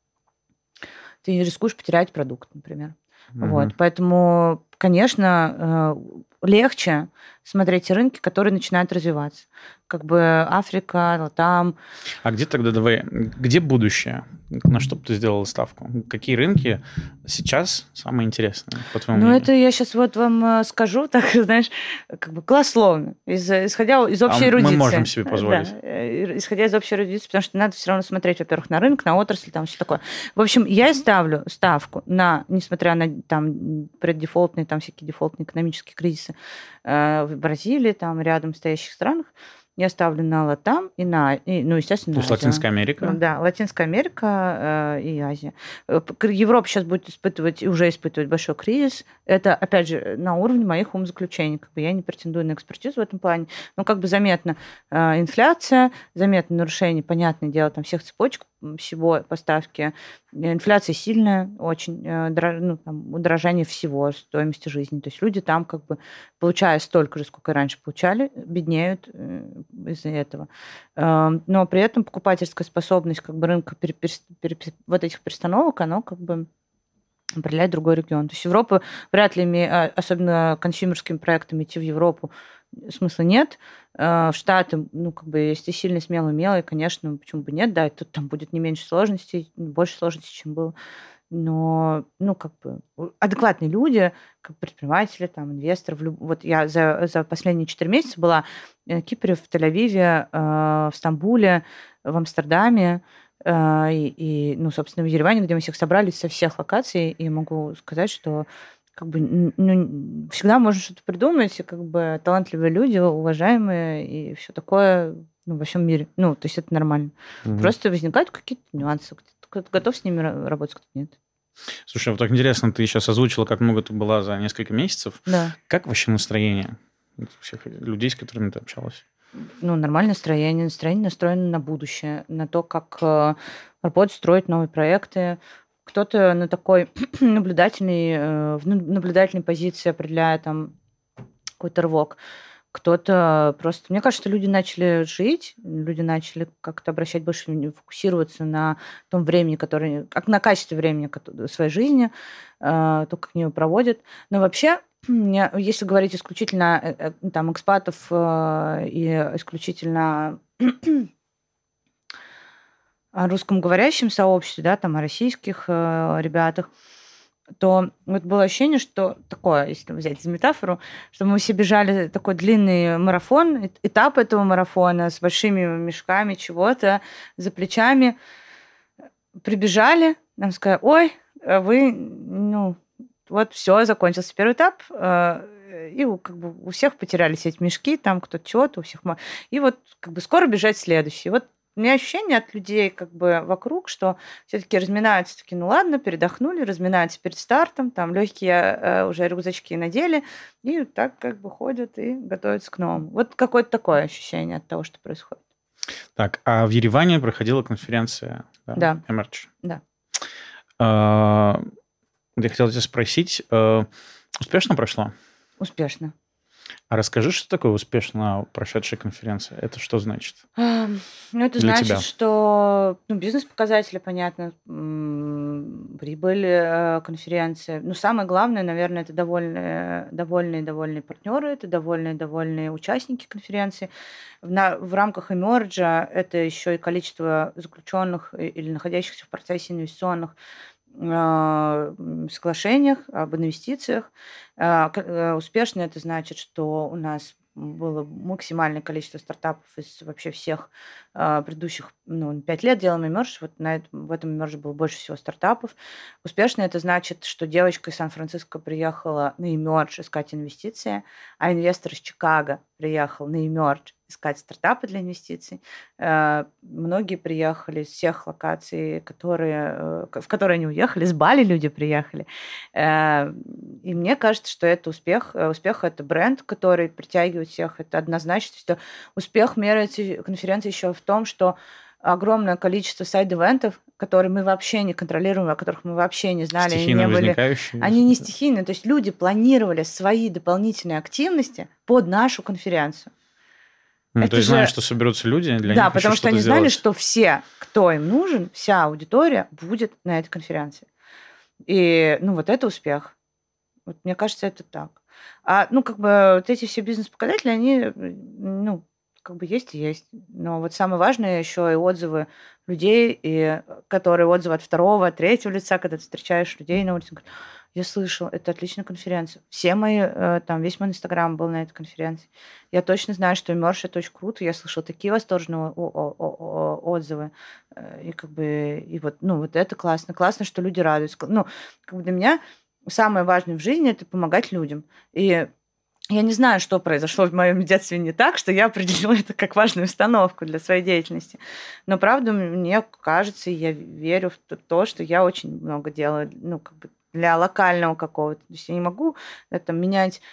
[SPEAKER 1] ты рискуешь потерять продукт, например. Поэтому, конечно, легче смотреть рынки, которые начинают развиваться. Африка, Латам.
[SPEAKER 2] А где тогда, где будущее? На что бы ты сделала ставку? Какие рынки сейчас самые интересные, по твоему мнению?
[SPEAKER 1] Это я сейчас вам скажу, так, знаешь, голословно, исходя из общей эрудиции.
[SPEAKER 2] Мы можем себе позволить.
[SPEAKER 1] Да, исходя из общей эрудиции, потому что надо все равно смотреть, во-первых, на рынок, на отрасль, там все такое. В общем, я ставлю ставку на, несмотря на там преддефолтные, там всякие дефолтные экономические кризисы в Бразилии, там рядом стоящих странах, я ставлю на Латам естественно,
[SPEAKER 2] то есть Латинская Америка?
[SPEAKER 1] Да, Латинская Америка и Азия. Европа сейчас будет испытывать, и уже испытывает большой кризис. Это, опять же, на уровне моих умозаключений. Я не претендую на экспертизу в этом плане. Но заметно инфляция, заметно нарушение, понятное дело, там всех цепочек, всего поставки. Инфляция сильная, очень удорожание всего, стоимости жизни. То есть люди там, получая столько же, сколько и раньше получали, беднеют из-за этого. Но при этом покупательская способность рынка вот этих перестановок, оно определяет другой регион. То есть Европа вряд ли, особенно консюмерскими проектами, идти в Европу смысла нет. В Штаты, ну, как бы, если ты сильно смелый, умелый, конечно, почему бы нет, да, и тут там будет не меньше сложностей, больше сложностей, чем было. Но, ну, как бы, адекватные люди, как предприниматели, там, инвесторы. Вот я за последние 4 месяца была в Кипре, в Тель-Авиве, в Стамбуле, в Амстердаме, ну, собственно, в Ереване, где мы всех собрались со всех локаций, и могу сказать, что как бы, ну, всегда можно что-то придумать, и как бы талантливые люди, уважаемые, и все такое, ну, во всем мире. Ну, то есть это нормально. Просто возникают какие-то нюансы. Кто-то готов с ними работать, кто-то нет.
[SPEAKER 2] Слушай, вот так интересно, ты сейчас озвучила, как много ты была за несколько месяцев.
[SPEAKER 1] Да.
[SPEAKER 2] Как вообще настроение всех людей, с которыми ты общалась?
[SPEAKER 1] Ну, нормальное настроение. Настроение настроено на будущее, на то, как работать, строить новые проекты. Кто-то на такой наблюдательной позиции определяет там какой-то рывок. Кто-то просто... Мне кажется, что люди начали жить, люди начали как-то обращать больше, фокусироваться на том времени, которое... Как на качестве времени своей жизни, то, как они его проводят. Но вообще, если говорить исключительно там экспатов и исключительно о русскоговорящем сообществе, да, там о российских ребятах, то вот было ощущение, что такое, если взять за метафору, что мы все бежали такой длинный марафон, этап этого марафона с большими мешками чего-то за плечами, прибежали, нам сказали: ой, вы, ну, вот все, закончился первый этап, и как бы у всех потерялись эти мешки, там кто-то чего-то, у всех... И вот как бы скоро бежать следующий. Вот у меня ощущение от людей как бы вокруг, что все-таки разминаются, такие, ну ладно, передохнули, разминаются перед стартом, там легкие уже рюкзачки надели, и так как бы ходят и готовятся к новому. Вот какое-то такое ощущение от того, что происходит.
[SPEAKER 2] Так, а в Ереване проходила конференция,
[SPEAKER 1] да.
[SPEAKER 2] Emerge?
[SPEAKER 1] Да.
[SPEAKER 2] Я хотел тебя спросить, успешно прошло?
[SPEAKER 1] Успешно.
[SPEAKER 2] А расскажи, что такое успешно прошедшая конференция? Это что значит?
[SPEAKER 1] Ну, это
[SPEAKER 2] для
[SPEAKER 1] значит,
[SPEAKER 2] тебя?
[SPEAKER 1] Что бизнес-показатели, понятно, прибыль конференции. Но самое главное, наверное, это довольные партнеры, это довольные участники конференции. В рамках Emerge это еще и количество заключенных или находящихся в процессе инвестиционных соглашениях об инвестициях. Успешно это значит, что у нас было максимальное количество стартапов из вообще всех предыдущих 5 лет делаем Emerge. Вот в этом Emerge было больше всего стартапов. Успешно это значит, что девочка из Сан-Франциско приехала на Emerge искать инвестиции, а инвестор из Чикаго приехал на Emerge искать стартапы для инвестиций. Многие приехали из всех локаций, в которые они уехали. С Бали люди приехали. И мне кажется, что это успех. Успех – это бренд, который притягивает всех. Это однозначно. Что успех меряется конференции еще в том, что огромное количество сайд-ивентов, которые мы вообще не контролируем, о которых мы вообще не знали.
[SPEAKER 2] Стихийно возникающие.
[SPEAKER 1] Они не стихийные. То есть люди планировали свои дополнительные активности под нашу конференцию.
[SPEAKER 2] То есть знаешь, что соберутся люди для них.
[SPEAKER 1] Да, потому что они знали,
[SPEAKER 2] сделать.
[SPEAKER 1] что все, кто им нужен, вся аудитория будет на этой конференции. И, вот это успех. Вот, мне кажется, это так. Как бы вот эти все бизнес-показатели, они, как бы есть и есть. Но вот самое важное еще и отзывы людей, которые отзывы от второго, от третьего лица, когда ты встречаешь людей на улице, говорят: я слышал, это отличная конференция. Все мои, весь мой Инстаграм был на этой конференции. Я точно знаю, что Emerge – это очень круто. Я слышала такие восторженные отзывы. И как бы, вот это классно. Классно, что люди радуются. Как бы для меня самое важное в жизни – это помогать людям. И я не знаю, что произошло в моем детстве не так, что я определила это как важную установку для своей деятельности. Но, правда, мне кажется, и я верю в то, что я очень много делаю, как бы для локального какого-то. То есть я не могу менять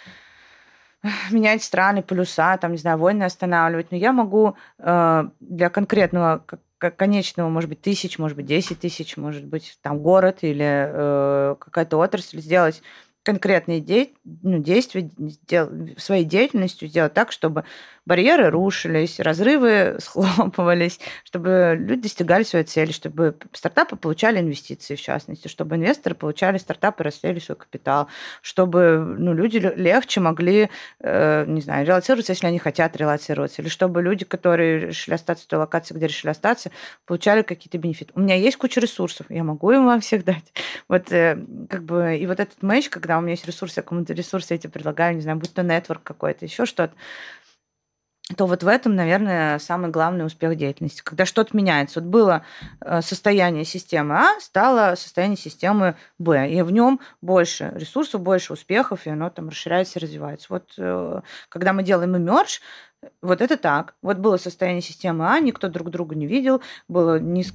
[SPEAKER 1] страны, полюса, войны останавливать, но я могу для конкретного конечного, может быть, 1000, может быть, 10 тысяч, может быть, город или какая-то отрасль сделать конкретные действия своей деятельностью сделать так, чтобы барьеры рушились, разрывы схлопывались, чтобы люди достигали своей цели, чтобы стартапы получали инвестиции, в частности, чтобы инвесторы получали стартапы, росли свой капитал, чтобы люди легче могли, не знаю, релоцироваться, если они хотят релоцироваться, или чтобы люди, которые решили остаться в той локации, где решили остаться, получали какие-то бенефиты. У меня есть куча ресурсов, я могу им вам всех дать. Вот и вот этот матч, когда у меня есть ресурсы, я кому-то ресурсы эти предлагаю, не знаю, будь то нетворк какой-то, еще что-то, то вот в этом, наверное, самый главный успех деятельности. Когда что-то меняется. Вот было состояние системы А, стало состояние системы Б. И в нем больше ресурсов, больше успехов, и оно там расширяется и развивается. Вот когда мы делаем emerge, вот это так. Вот было состояние системы А, никто друг друга не видел, было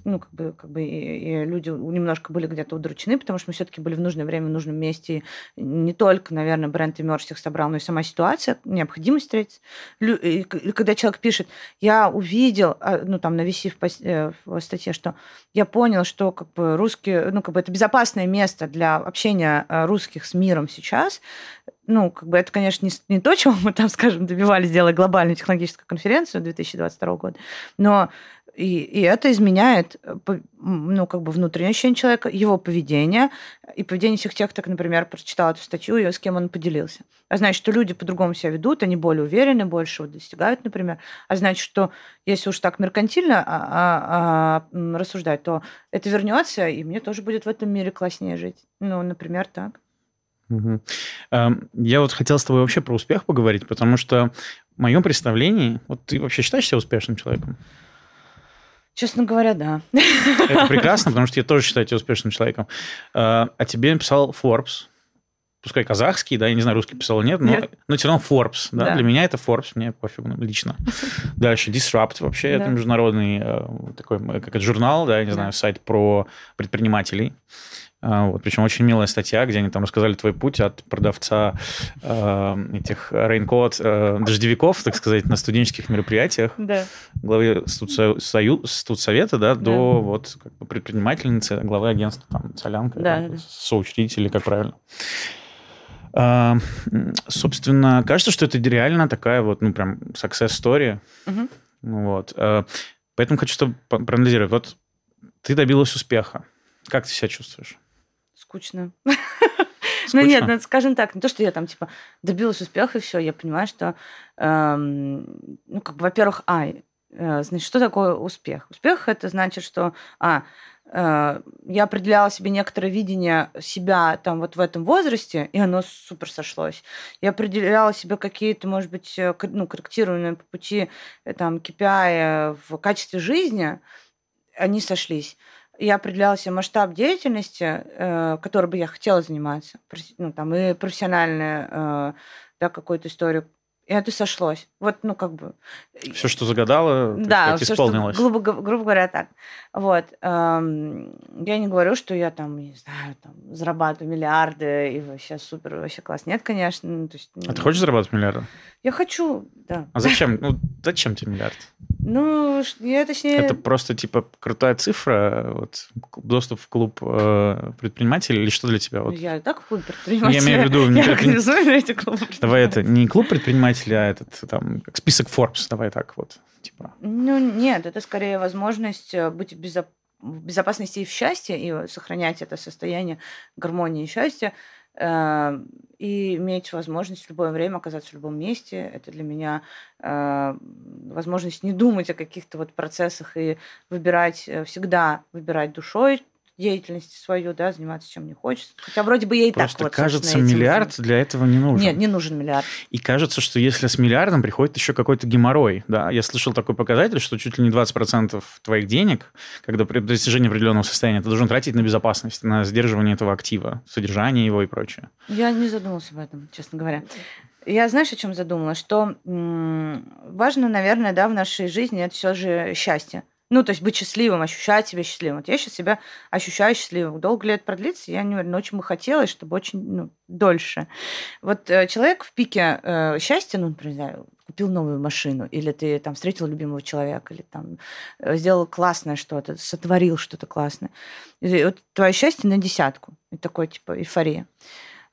[SPEAKER 1] и люди немножко были где-то удручены, потому что мы все-таки были в нужное время, в нужном месте. И не только, наверное, бренд emerge всех собрал, но и сама ситуация, необходимость встретиться. И когда человек пишет, я увидел, на VC в статье, что я понял, что русские, это безопасное место для общения русских с миром сейчас. Это, конечно, не то, чего мы там, скажем, добивались, делая глобальную технологическую конференцию 2022 года, но и это изменяет, внутреннее ощущение человека, его поведение, и поведение всех тех, кто, например, прочитал эту статью, и с кем он поделился. А значит, что люди по-другому себя ведут, они более уверены, больше достигают, например. А значит, что если уж так меркантильно рассуждать, то это вернется, и мне тоже будет в этом мире класснее жить. Например, так.
[SPEAKER 2] Угу. Я вот хотел с тобой вообще про успех поговорить, потому что в моем представлении, вот ты вообще считаешь себя успешным человеком?
[SPEAKER 1] Честно говоря, да.
[SPEAKER 2] Это прекрасно, потому что я тоже считаю тебя успешным человеком. А тебе писал Forbes, пускай казахский, да, я не знаю, русский писал или нет, но все равно Forbes, да? Для меня это Forbes, мне пофигу лично. Дальше Disrupt, вообще это международный такой, как это, журнал, да, я не знаю, сайт про предпринимателей. Причем очень милая статья, где они там рассказали твой путь от продавца этих рейнкот, дождевиков, так сказать, на студенческих мероприятиях, главы студсовета, до предпринимательницы, главы агентства, там, Солянка, соучредителей, как правильно. Собственно, кажется, что это реально такая прям success story. Поэтому хочу с тобой проанализировать. Вот ты добилась успеха. Как ты себя чувствуешь?
[SPEAKER 1] Скучно. Нет, скажем так, не то, что я там, добилась успеха, и все, я понимаю, что, во-первых, значит, что такое успех? Успех – это значит, что, я определяла себе некоторое видение себя там вот в этом возрасте, и оно супер сошлось. Я определяла себе какие-то, может быть, корректируемые по пути там KPI в качестве жизни, они сошлись. Я определяла себе масштаб деятельности, которой бы я хотела заниматься, и профессиональную, какую-то историю. И это сошлось.
[SPEAKER 2] Все, что загадала, исполнилось.
[SPEAKER 1] Грубо говоря, так. Я не говорю, что я не знаю, зарабатываю миллиарды и вообще супер, вообще класс. Нет, конечно.
[SPEAKER 2] Ты хочешь зарабатывать миллиарды?
[SPEAKER 1] Я хочу, да.
[SPEAKER 2] А зачем? Зачем тебе миллиард?
[SPEAKER 1] Это
[SPEAKER 2] просто, крутая цифра, доступ в клуб предпринимателей, или что для тебя?
[SPEAKER 1] Я и так в клуб предпринимателей.
[SPEAKER 2] Я имею в виду...
[SPEAKER 1] Я организую эти клубы.
[SPEAKER 2] Давай не клуб предпринимателей, а как список Forbes, давай так .
[SPEAKER 1] Нет, это скорее возможность быть в безопасности и в счастье, и сохранять это состояние гармонии и счастья, и иметь возможность в любое время оказаться в любом месте. Это для меня возможность не думать о каких-то процессах и всегда выбирать душой деятельность свою, заниматься чем мне хочется. Хотя вроде бы я и
[SPEAKER 2] просто
[SPEAKER 1] так
[SPEAKER 2] кажется, миллиард для этого не нужен.
[SPEAKER 1] Нет, не нужен миллиард.
[SPEAKER 2] И кажется, что если с миллиардом приходит еще какой-то геморрой. Да? Я слышал такой показатель, что чуть ли не 20% твоих денег, когда при достижении определенного состояния, ты должен тратить на безопасность, на сдерживание этого актива, содержание его и прочее.
[SPEAKER 1] Я не задумалась об этом, честно говоря. Я, знаешь, о чем задумалась? Что важно, наверное, в нашей жизни это все же счастье. То есть быть счастливым, ощущать себя счастливым. Я сейчас себя ощущаю счастливым. Долго ли это продлится? Я не уверена. Но очень бы хотелось, чтобы очень дольше. Человек в пике счастья, например, купил новую машину, или ты встретил любимого человека, или сделал классное что-то, сотворил что-то классное. И твое счастье на 10. Это такое, эйфория.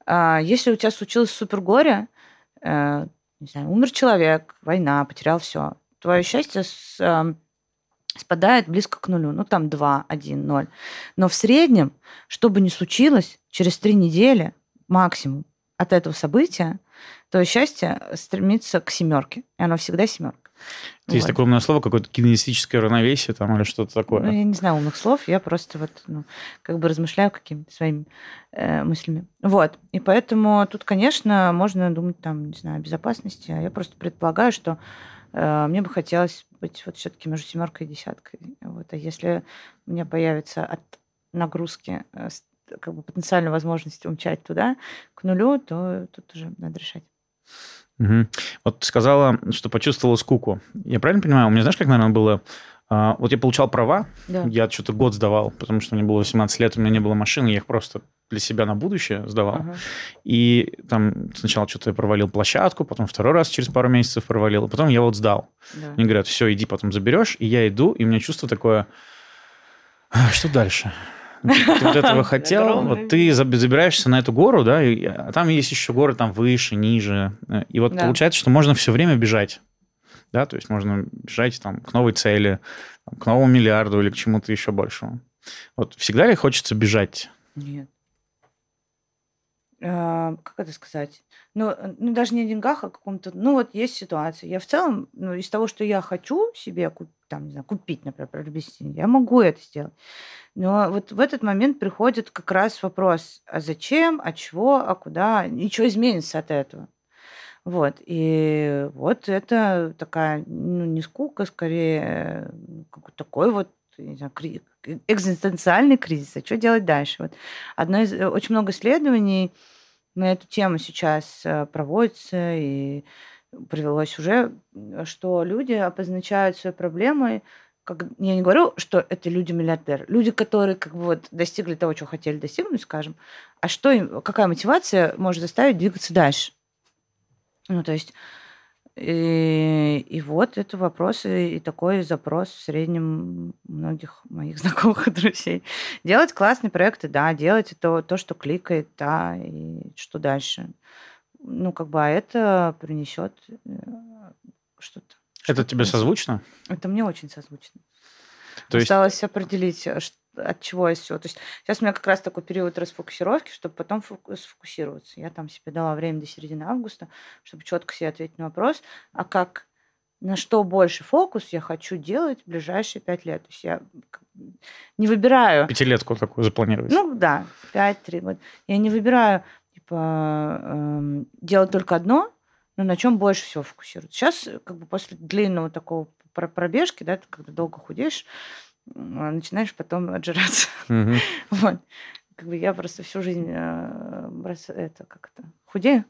[SPEAKER 1] Если у тебя случилось супер горе, не знаю, умер человек, война, потерял все, твое счастье спадает близко к нулю. Ну, там 2, 1, 0. Но в среднем, что бы ни случилось, через 3 недели максимум от этого события, твое счастье стремится к 7. И оно всегда 7.
[SPEAKER 2] Есть такое умное слово, какое-то кинестическое равновесие там, или что-то такое?
[SPEAKER 1] Ну, я не знаю умных слов, я просто вот, как бы размышляю какими-то своими мыслями. Вот. И поэтому тут, конечно, можно думать там, не знаю, о безопасности. Я просто предполагаю, что мне бы хотелось быть вот все-таки между 7 и 10. Вот. А если у меня появится от нагрузки как бы потенциальная возможность умчать туда, к нулю, то тут уже надо решать.
[SPEAKER 2] Угу. Вот ты сказала, что почувствовала скуку. Я правильно понимаю? У меня, знаешь, как, наверное, было... Вот я получал права, да. Я что-то год сдавал, потому что мне было 18 лет, у меня не было машины, я их просто для себя на будущее сдавал. Ага. И там сначала что-то я провалил площадку, потом второй раз через пару месяцев провалил, а потом я вот сдал. Да. Мне говорят, все, иди потом заберешь, и я иду, и у меня чувство такое, что дальше? Ты вот этого хотел, вот ты забираешься на эту гору, да, а там есть еще горы там выше, ниже, и вот получается, что можно все время бежать. Да, то есть можно бежать там, к новой цели, к новому миллиарду или к чему-то еще большему. Вот всегда ли хочется бежать?
[SPEAKER 1] Нет. Как это сказать? Ну, даже не о деньгах, а о каком-то... Ну, вот есть ситуация. Я в целом, из того, что я хочу себе там, не знаю, купить, например, приобрести, я могу это сделать. Но вот в этот момент приходит как раз вопрос, а зачем, а чего, а куда, и что изменится от этого. Вот, и вот это такая, не скука, скорее, какой-то такой вот, не знаю, экзистенциальный кризис. А что делать дальше? Вот очень много исследований на эту тему сейчас проводится, и привелось уже, что люди обозначают свои проблемы. Я не говорю, что это люди-миллиардеры. Люди, которые как бы вот достигли того, чего хотели достигнуть, скажем. А какая мотивация может заставить двигаться дальше? Ну, то есть, и вот это вопрос, и такой запрос в среднем многих моих знакомых и друзей. Делать классные проекты, да, делать то, что кликает, да, и что дальше. Ну, как бы, а это принесет что-то.
[SPEAKER 2] Это тебе созвучно?
[SPEAKER 1] Это мне очень созвучно. Осталось определить, от чего есть все. То есть сейчас у меня как раз такой период расфокусировки, чтобы потом сфокусироваться. Я там себе дала время до середины августа, чтобы четко себе ответить на вопрос, на что больше фокус я хочу делать в ближайшие 5 лет. То есть я не выбираю...
[SPEAKER 2] 5-летку такую запланировать.
[SPEAKER 1] Ну да, 5-3 года. Я не выбираю делать только одно, но на чем больше всего фокусироваться. Сейчас как бы после длинного такого пробежки, да, ты когда долго худеешь, начинаешь потом отжираться.
[SPEAKER 2] Угу.
[SPEAKER 1] Вот. Как бы я просто всю жизнь худею.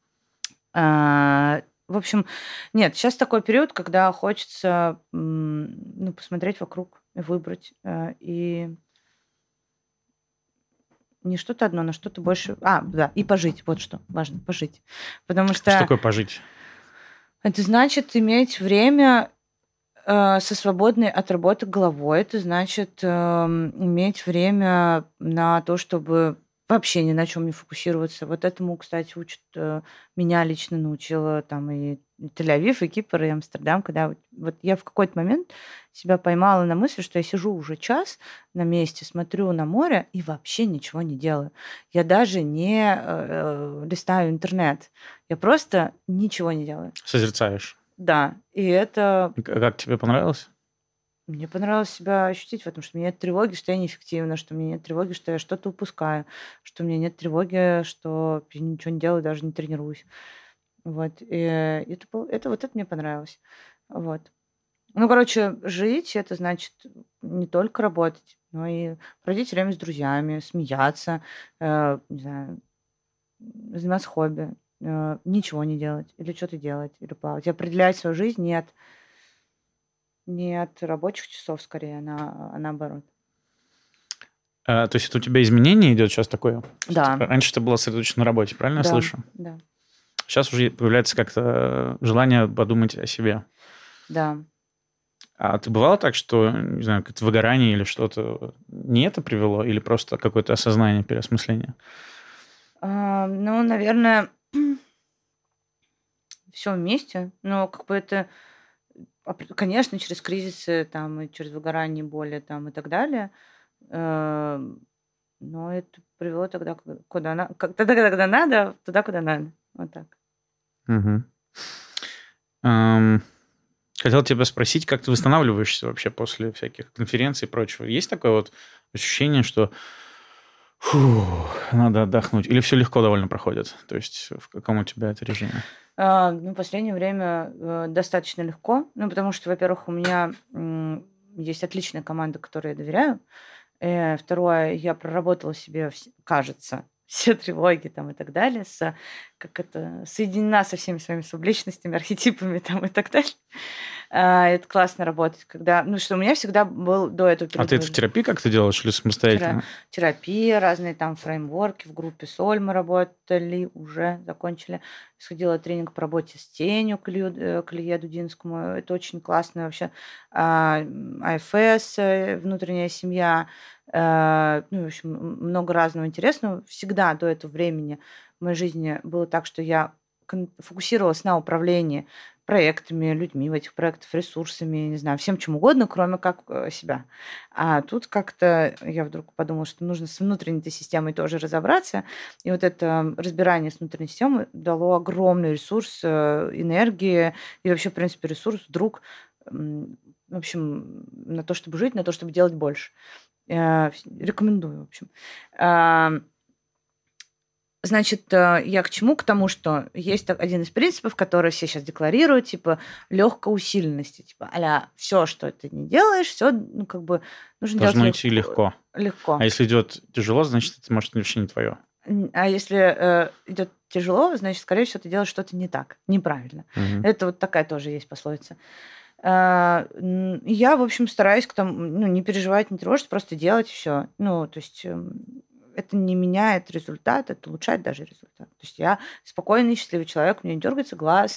[SPEAKER 1] В общем, нет, сейчас такой период, когда хочется посмотреть вокруг и выбрать. И не что-то одно, но что-то больше. Да, и пожить. Вот что важно, пожить. Потому что...
[SPEAKER 2] Что такое пожить?
[SPEAKER 1] Это значит иметь время со свободной от работы головой. Это значит иметь время на то, чтобы вообще ни на чем не фокусироваться. Вот этому, кстати, меня лично научила там и Тель-Авив, и Кипр, и Амстердам, когда вот я в какой-то момент себя поймала на мысли, что я сижу уже час на месте, смотрю на море и вообще ничего не делаю. Я даже не листаю интернет. Я просто ничего не делаю.
[SPEAKER 2] Созерцаешь.
[SPEAKER 1] Да, и это...
[SPEAKER 2] Как тебе понравилось?
[SPEAKER 1] Мне понравилось себя ощутить в этом, что у меня нет тревоги, что я неэффективна, что у меня нет тревоги, что я что-то упускаю, что у меня нет тревоги, что я ничего не делаю, даже не тренируюсь. Вот. И это мне понравилось. Вот. Ну, короче, жить — это значит не только работать, но и проводить время с друзьями, смеяться, не знаю, заниматься хобби, ничего не делать, или что-то делать, или плавать. И определять свою жизнь не от рабочих часов, скорее, а наоборот.
[SPEAKER 2] То есть это у тебя изменение идет сейчас такое?
[SPEAKER 1] Да.
[SPEAKER 2] Раньше ты была сосредоточена на работе, правильно я слышу?
[SPEAKER 1] Да.
[SPEAKER 2] Сейчас уже появляется как-то желание подумать о себе.
[SPEAKER 1] Да.
[SPEAKER 2] А ты бывало так, что, не знаю, какое-то выгорание или что-то не это привело, или просто какое-то осознание, переосмысление?
[SPEAKER 1] Ну, наверное, все вместе. Но как бы это, конечно, через кризисы, там, и через выгорание, боли, там, и так далее. Но это привело тогда, тогда, когда надо, туда, куда надо. Вот так.
[SPEAKER 2] Угу. Хотел тебя спросить, как ты восстанавливаешься вообще после всяких конференций и прочего? Есть такое вот ощущение, что надо отдохнуть? Или все легко довольно проходит? То есть в каком у тебя это режиме?
[SPEAKER 1] Ну, в последнее время достаточно легко. Ну, потому что, во-первых, у меня есть отличная команда, которой я доверяю. Второе, я проработала себе, кажется, все тревоги там и так далее, соединена со всеми своими субличностями, архетипами там и так далее. Это классно работать, когда... Ну, что у меня всегда был до этого периода...
[SPEAKER 2] А ты это в терапии как-то делаешь или самостоятельно?
[SPEAKER 1] Терапия, разные там фреймворки. В группе Соль мы работали, уже закончили. Сходила тренинг по работе с тенью к Илье Дудинскому. Это очень классно вообще. АФС, внутренняя семья. Ну, в общем, много разного интересного. Всегда до этого времени в моей жизни было так, что я фокусировалась на управлении проектами, людьми в этих проектах, ресурсами, не знаю, всем чем угодно, кроме как себя. А тут как-то я вдруг подумала, что нужно с внутренней системой тоже разобраться. И вот это разбирание с внутренней системой дало огромный ресурс энергии и вообще, в принципе, ресурс вдруг, в общем, на то, чтобы жить, на то, чтобы делать больше. Рекомендую, в общем. Значит, я к чему? К тому, что есть один из принципов, который все сейчас декларируют, типа легкой усиленности, типа а-ля все, что ты не делаешь, все, ну, как бы нужно
[SPEAKER 2] должно
[SPEAKER 1] делать
[SPEAKER 2] идти легко.
[SPEAKER 1] Легко.
[SPEAKER 2] А если идет тяжело, значит, это, может, вообще не твое.
[SPEAKER 1] А если идет тяжело, значит, скорее всего, ты делаешь что-то не так, неправильно.
[SPEAKER 2] Угу.
[SPEAKER 1] Это вот такая тоже есть пословица. Я, в общем, стараюсь не переживать, не тревожиться, просто делать все. Ну, то есть это не меняет результат, это улучшает даже результат. То есть я спокойный, счастливый человек, у меня не дергается глаз,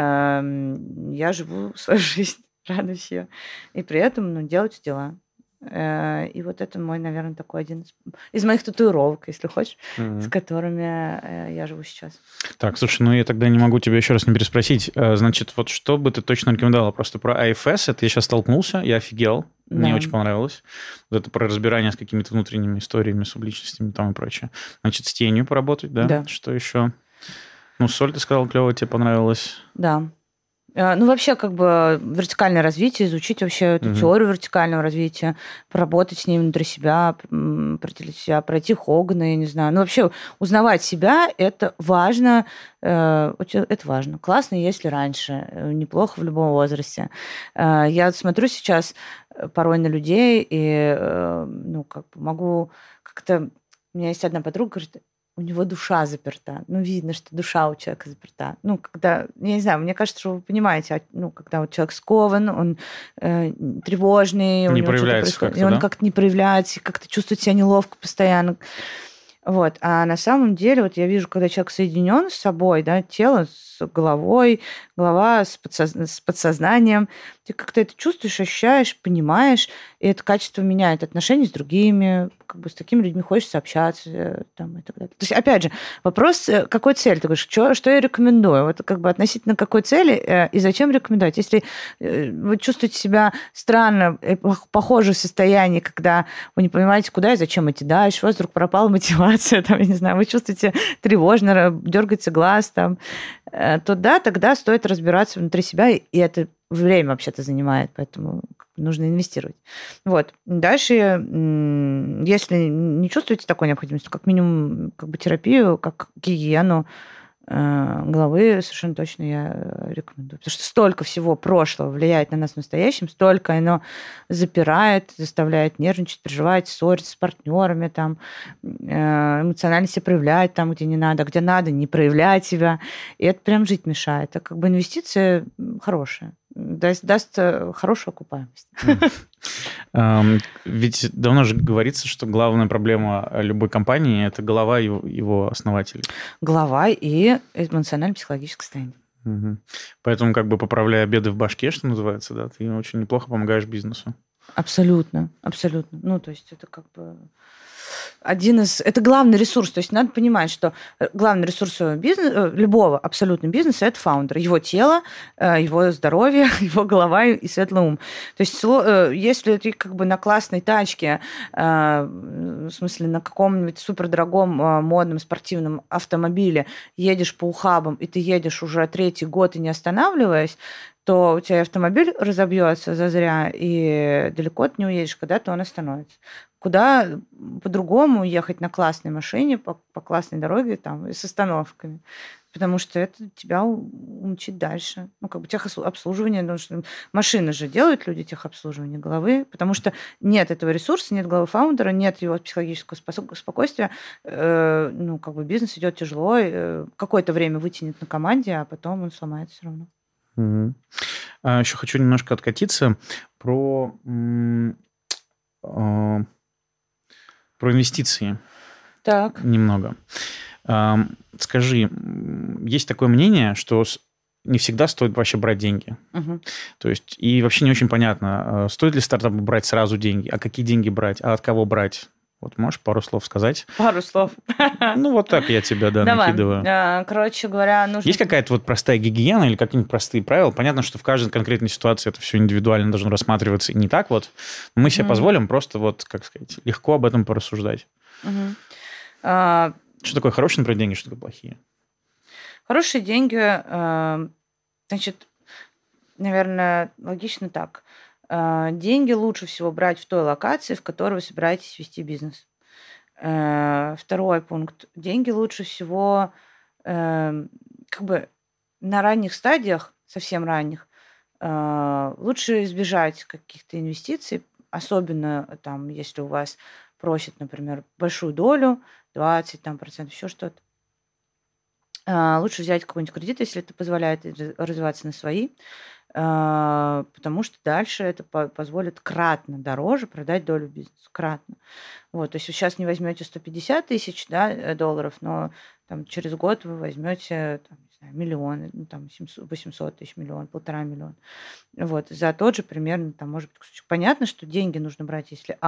[SPEAKER 1] я живу свою жизнь, радуюсь ее, и при этом делать дела. И вот это мой, наверное, такой один из моих татуировок, если хочешь, с которыми я живу сейчас.
[SPEAKER 2] Так, слушай, я тогда не могу тебя еще раз не переспросить. Значит, вот что бы ты точно рекомендовала? Просто про АФС, это я сейчас столкнулся, я офигел, мне очень понравилось. Вот это про разбирание с какими-то внутренними историями, субличностями там и прочее. Значит, с тенью поработать, да?
[SPEAKER 1] Да.
[SPEAKER 2] Что еще? Соль, ты сказал, клево, тебе понравилось.
[SPEAKER 1] Да. Вообще, как бы вертикальное развитие, изучить вообще эту теорию вертикального развития, поработать с ней внутри себя, определить себя, пройти Хогана, я не знаю. Вообще, узнавать себя – это важно. Это важно. Классно, если раньше. Неплохо в любом возрасте. Я смотрю сейчас порой на людей и могу как-то... У меня есть одна подруга, говорит, у него душа заперта. Видно, что душа у человека заперта. Когда, я не знаю, мне кажется, что вы понимаете, когда вот человек скован, он тревожный,
[SPEAKER 2] не проявляется как-то,
[SPEAKER 1] и он как-то не проявляется, как-то чувствует себя неловко постоянно. Вот. А на самом деле, вот я вижу, когда человек соединен с собой, да, тело с головой, голова с подсознанием, ты как-то это чувствуешь, ощущаешь, понимаешь, и это качество меняет отношения с другими, как бы с такими людьми хочется общаться там, и так далее. То есть, опять же, вопрос, какой цель? Ты говоришь, что я рекомендую? Вот как бы относительно какой цели и зачем рекомендовать? Если вы чувствуете себя странно, похоже в состоянии, когда вы не понимаете, куда и зачем идти дальше, у вас вдруг пропала мотивация, там, я не знаю, вы чувствуете тревожно, дергается глаз, там, то да, тогда стоит разбираться внутри себя, и это время вообще-то занимает, поэтому нужно инвестировать. Вот. Дальше, если не чувствуете такой необходимости, как минимум как бы терапию, как гигиену головы, совершенно точно я рекомендую. Потому что столько всего прошлого влияет на нас в настоящем, столько оно запирает, заставляет нервничать, переживать, ссориться с партнерами, там, эмоционально себя проявлять там, где не надо не проявлять себя. И это прям жить мешает. Это как бы инвестиция хорошая. Даст хорошую окупаемость.
[SPEAKER 2] Ведь давно же говорится, что главная проблема любой компании – это голова его основателей.
[SPEAKER 1] Голова и эмоционально-психологическое состояние.
[SPEAKER 2] Поэтому, как бы поправляя беды в башке, что называется, да, ты очень неплохо помогаешь бизнесу.
[SPEAKER 1] Абсолютно, абсолютно. То есть это как бы... это главный ресурс. То есть надо понимать, что главный ресурс своего бизнеса, любого абсолютно бизнеса, это фаундер. Его тело, его здоровье, его голова и светлый ум. То есть если ты как бы на классной тачке, в смысле на каком-нибудь супердорогом модном спортивном автомобиле едешь по ухабам, и ты едешь уже 3-й год и не останавливаясь, то у тебя автомобиль разобьется зазря, и далеко ты не уедешь, когда-то он остановится. Куда по-другому ехать на классной машине, по классной дороге там, и с остановками. Потому что это тебя умчит дальше. Ну, как бы техобслуживание, потому что машины же делают люди техобслуживание головы, потому что нет этого ресурса, нет головы фаундера, нет его психологического спокойствия. Ну, как бы бизнес идет тяжело, какое-то время вытянет на команде, а потом он сломается все равно.
[SPEAKER 2] Угу. Еще хочу немножко откатиться про инвестиции.
[SPEAKER 1] Так.
[SPEAKER 2] Немного. Скажи, есть такое мнение, что не всегда стоит вообще брать деньги.
[SPEAKER 1] Угу.
[SPEAKER 2] То есть, и вообще не очень понятно, стоит ли стартапу брать сразу деньги, а какие деньги брать, а от кого брать? Вот можешь пару слов сказать?
[SPEAKER 1] Пару слов.
[SPEAKER 2] Ну, вот так я тебя, накидываю.
[SPEAKER 1] Короче говоря, нужно...
[SPEAKER 2] Есть какая-то вот простая гигиена или какие-нибудь простые правила? Понятно, что в каждой конкретной ситуации это все индивидуально должно рассматриваться, и не так вот. Но мы себе позволим просто вот, как сказать, легко об этом порассуждать. Что такое хорошие, например, деньги, что такое плохие?
[SPEAKER 1] Хорошие деньги, значит, наверное, логично так. Деньги лучше всего брать в той локации, в которой вы собираетесь вести бизнес. Второй пункт. Деньги лучше всего как бы на ранних стадиях, совсем ранних, лучше избежать каких-то инвестиций, особенно там, если у вас просят, например, большую долю, 20%, еще что-то. Лучше взять какой-нибудь кредит, если это позволяет развиваться на свои, потому что дальше это позволит кратно дороже продать долю бизнеса. Кратно. Вот, то есть вы сейчас не возьмете 150 тысяч долларов, но там, через год вы возьмете там, не знаю, миллион, ну, там, 800 тысяч, миллион, 1,5 миллиона. Вот, за тот же примерно, там, может быть, кусочек. Понятно, что деньги нужно брать, если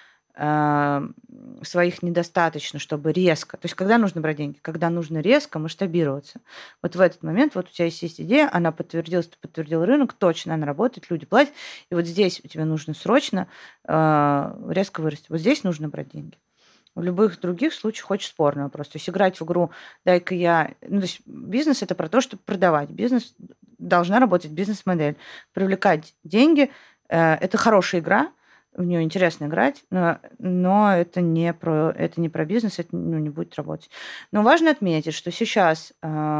[SPEAKER 1] своих недостаточно, чтобы резко... То есть когда нужно брать деньги? Когда нужно резко масштабироваться. Вот в этот момент вот у тебя есть идея, она подтвердилась, ты подтвердил рынок, точно она работает, люди платят, и вот здесь у тебя нужно срочно резко вырасти. Вот здесь нужно брать деньги. В любых других случаях очень спорный вопрос. То есть играть в игру «дай-ка я...» Ну, то есть бизнес – это про то, чтобы продавать. Бизнес должна работать, бизнес-модель. Привлекать деньги – это хорошая игра, в нее интересно играть, но это не про бизнес, это не будет работать. Но важно отметить, что сейчас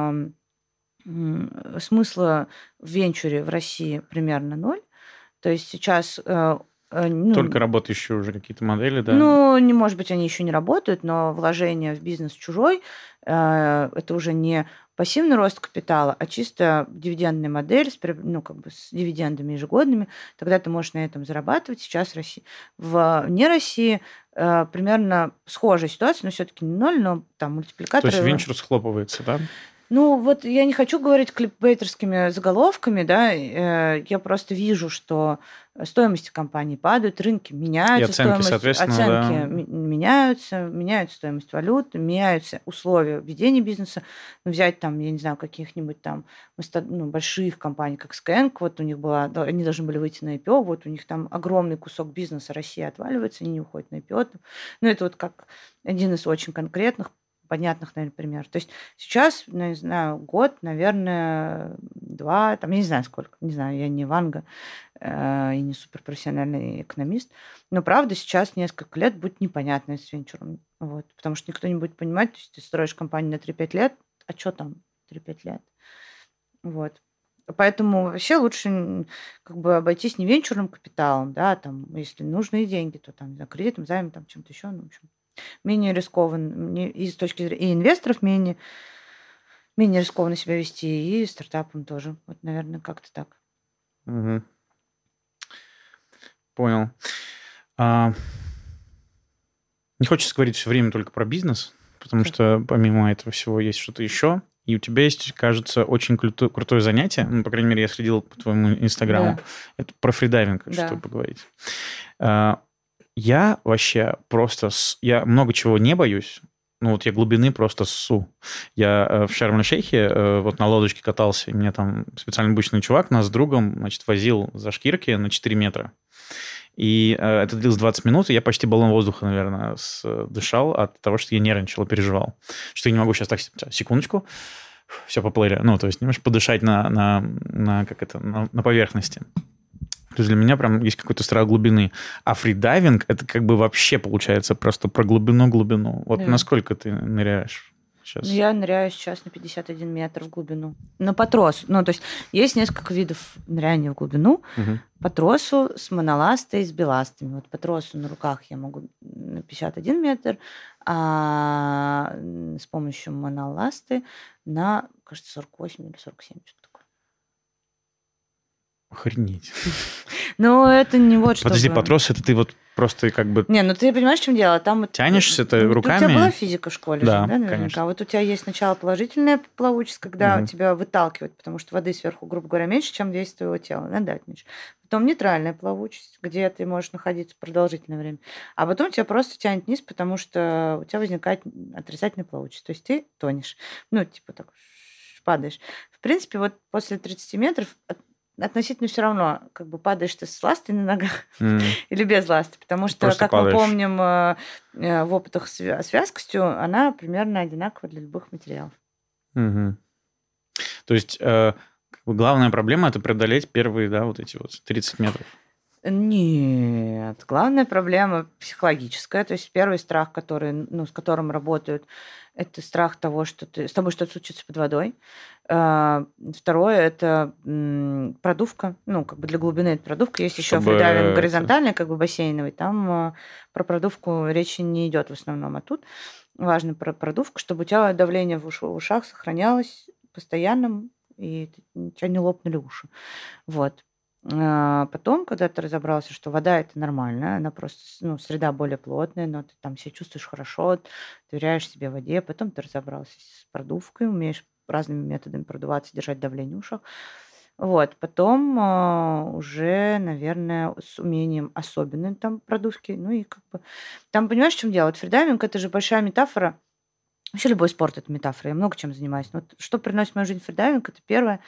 [SPEAKER 1] смысла в венчуре в России примерно 0. То есть сейчас...
[SPEAKER 2] Только работающие уже какие-то модели, да?
[SPEAKER 1] Ну, может быть, они еще не работают, но вложение в бизнес чужой это уже не пассивный рост капитала, а чисто дивидендная модель с дивидендами ежегодными. Тогда ты можешь на этом зарабатывать. Сейчас вне России примерно схожая ситуация, но все-таки не 0, но там мультипликаторы...
[SPEAKER 2] То есть венчур схлопывается, да?
[SPEAKER 1] Ну, вот я не хочу говорить кликбейтерскими заголовками, да, я просто вижу, что стоимости компаний падают, рынки меняются,
[SPEAKER 2] и оценки, соответственно,
[SPEAKER 1] меняются стоимость валют, меняются условия ведения бизнеса. Ну, взять там, я не знаю, каких-нибудь там больших компаний, как Skyeng, вот у них они должны были выйти на IPO, вот у них там огромный кусок бизнеса России отваливается, они не уходят на IPO. Ну, это вот как один из очень конкретных, понятных, наверное, примеров. То есть сейчас, не знаю, год, наверное, 2, там, я не знаю сколько, не знаю, я не Ванга и не суперпрофессиональный экономист, но, правда, сейчас несколько лет будет непонятно с венчуром, вот, потому что никто не будет понимать, то есть ты строишь компанию на 3-5 лет, а что там 3-5 лет? Вот. Поэтому вообще лучше как бы обойтись не венчурным капиталом, да, там, если нужны деньги, то там, кредитом, займом, там, чем-то еще, ну, в общем, менее рискованно, и с точки зрения и инвесторов менее рискованно себя вести, и стартапам тоже. Вот, наверное, как-то так.
[SPEAKER 2] Угу. Понял. Не хочется говорить все время только про бизнес, потому что помимо этого всего есть что-то еще. И у тебя есть, кажется, очень крутое занятие. Ну, по крайней мере, я следил по твоему инстаграму. Да. Это про фридайвинг, хочу поговорить. Я вообще просто... Я много чего не боюсь. Ну, вот я глубины просто ссу. Я в Шарм-эль-Шейхе вот на лодочке катался, и мне там специально обученный чувак нас с другом, значит, возил за шкирки на 4 метра. И это длилось 20 минут, и я почти баллон воздуха, наверное, дышал от того, что я нервничал и переживал. Что я не могу сейчас так, секундочку, все, поплыли. Ну, то есть немножко подышать на поверхности. То есть для меня прям есть какой-то страх глубины. А фридайвинг — это как бы вообще получается просто про глубину. Вот насколько ты ныряешь сейчас?
[SPEAKER 1] Я ныряю сейчас на 51 метр в глубину. По тросу. Ну, то есть есть несколько видов ныряния в глубину. По тросу, с моноластой, с беластами. Вот по тросу на руках я могу на 51 метр, а с помощью моноласты на, кажется, 48 или 47, что-то такое.
[SPEAKER 2] Охренеть.
[SPEAKER 1] Ну, это не вот что.
[SPEAKER 2] Подожди, по тросу это ты вот просто как бы...
[SPEAKER 1] Не, ну ты понимаешь, в чем дело? Там
[SPEAKER 2] тянешься ты руками?
[SPEAKER 1] У тебя была физика в школе,
[SPEAKER 2] да,
[SPEAKER 1] же, да, наверняка?
[SPEAKER 2] Конечно.
[SPEAKER 1] Вот у тебя есть сначала положительная плавучесть, когда тебя выталкивают, потому что воды сверху, грубо говоря, меньше, чем вес твоего тела, да, меньше. Потом нейтральная плавучесть, где ты можешь находиться продолжительное время. А потом тебя просто тянет вниз, потому что у тебя возникает отрицательная плавучесть. То есть ты тонешь. Ну, типа так падаешь. В принципе, вот после 30 метров относительно все равно, как бы падаешь ты с ластой на ногах или без ласты, потому что,
[SPEAKER 2] просто
[SPEAKER 1] как
[SPEAKER 2] падаешь.
[SPEAKER 1] мы помним в опытах с вязкостью, она примерно одинакова для любых материалов.
[SPEAKER 2] То есть как бы главная проблема — это преодолеть первые, да, вот эти вот 30 метров.
[SPEAKER 1] Нет, главная проблема психологическая. То есть первый страх, который, с которым работают, это страх того, что с тобой что-то случится под водой. Второе – это продувка. Ну, как бы для глубины это продувка. Есть еще фридайвинг горизонтальный, как бы бассейновый. Там про продувку речи не идет в основном. А тут важно про продувку, чтобы у тебя давление в ушах сохранялось постоянным, и у тебя не лопнули уши. Вот. Потом, когда ты разобрался, что вода это нормально, она просто, среда более плотная, но ты там себя чувствуешь хорошо, доверяешь себе в воде, потом ты разобрался с продувкой, умеешь разными методами продуваться, держать давление в ушах. Вот, потом уже, наверное, с умением особенной там продувки, и как бы... Там, понимаешь, в чем дело? Вот фридайвинг — это же большая метафора. Вообще любой спорт — это метафора. Я много чем занимаюсь. Но вот что приносит в мою жизнь фридайвинг? Это первое,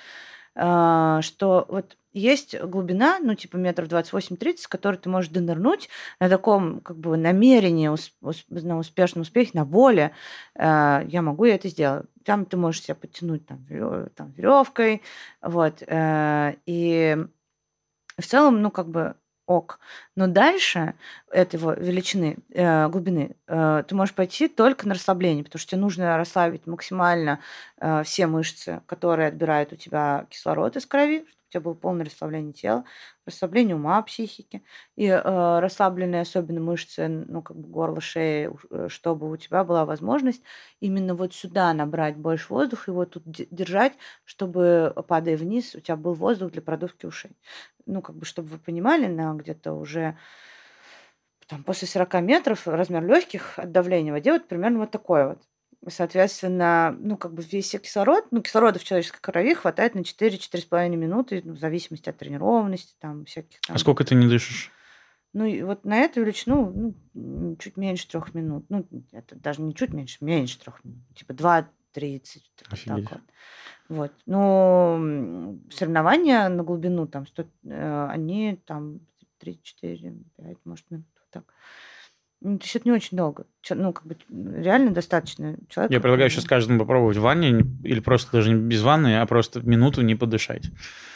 [SPEAKER 1] что вот есть глубина, типа метров 28-30, с которой ты можешь донырнуть на таком как бы намерении, на успешном успехе, на воле. Я могу, я это сделаю. Там ты можешь себя подтянуть там, веревкой. Вот. И в целом, как бы ок. Но дальше этого величины, глубины, ты можешь пойти только на расслабление, потому что тебе нужно расслабить максимально все мышцы, которые отбирают у тебя кислород из крови, чтобы у тебя было полное расслабление тела, расслабление ума, психики, и расслабленные особенно мышцы, как бы горло, шеи, чтобы у тебя была возможность именно вот сюда набрать больше воздуха, его тут держать, чтобы, падая вниз, у тебя был воздух для продувки ушей. Как бы, чтобы вы понимали, на где-то уже там, после 40 метров размер легких от давления в воде вот примерно вот такой вот. Соответственно, как бы весь кислород, кислорода в человеческой крови хватает на 4-4,5 минуты, в зависимости от тренированности, там, всяких там...
[SPEAKER 2] А сколько ты не дышишь?
[SPEAKER 1] И вот на эту величину, чуть меньше 3 минут. Это даже не чуть меньше, меньше 3 минут. Типа 2:30. Так вот. Вот. Но соревнования на глубину, там, они там 3, 4, 5, может, минут. Вот так. То есть это не очень долго. Как бы реально достаточно человека.
[SPEAKER 2] Я предлагаю сейчас каждому попробовать в ванне, или просто даже не без ванны, а просто минуту не подышать.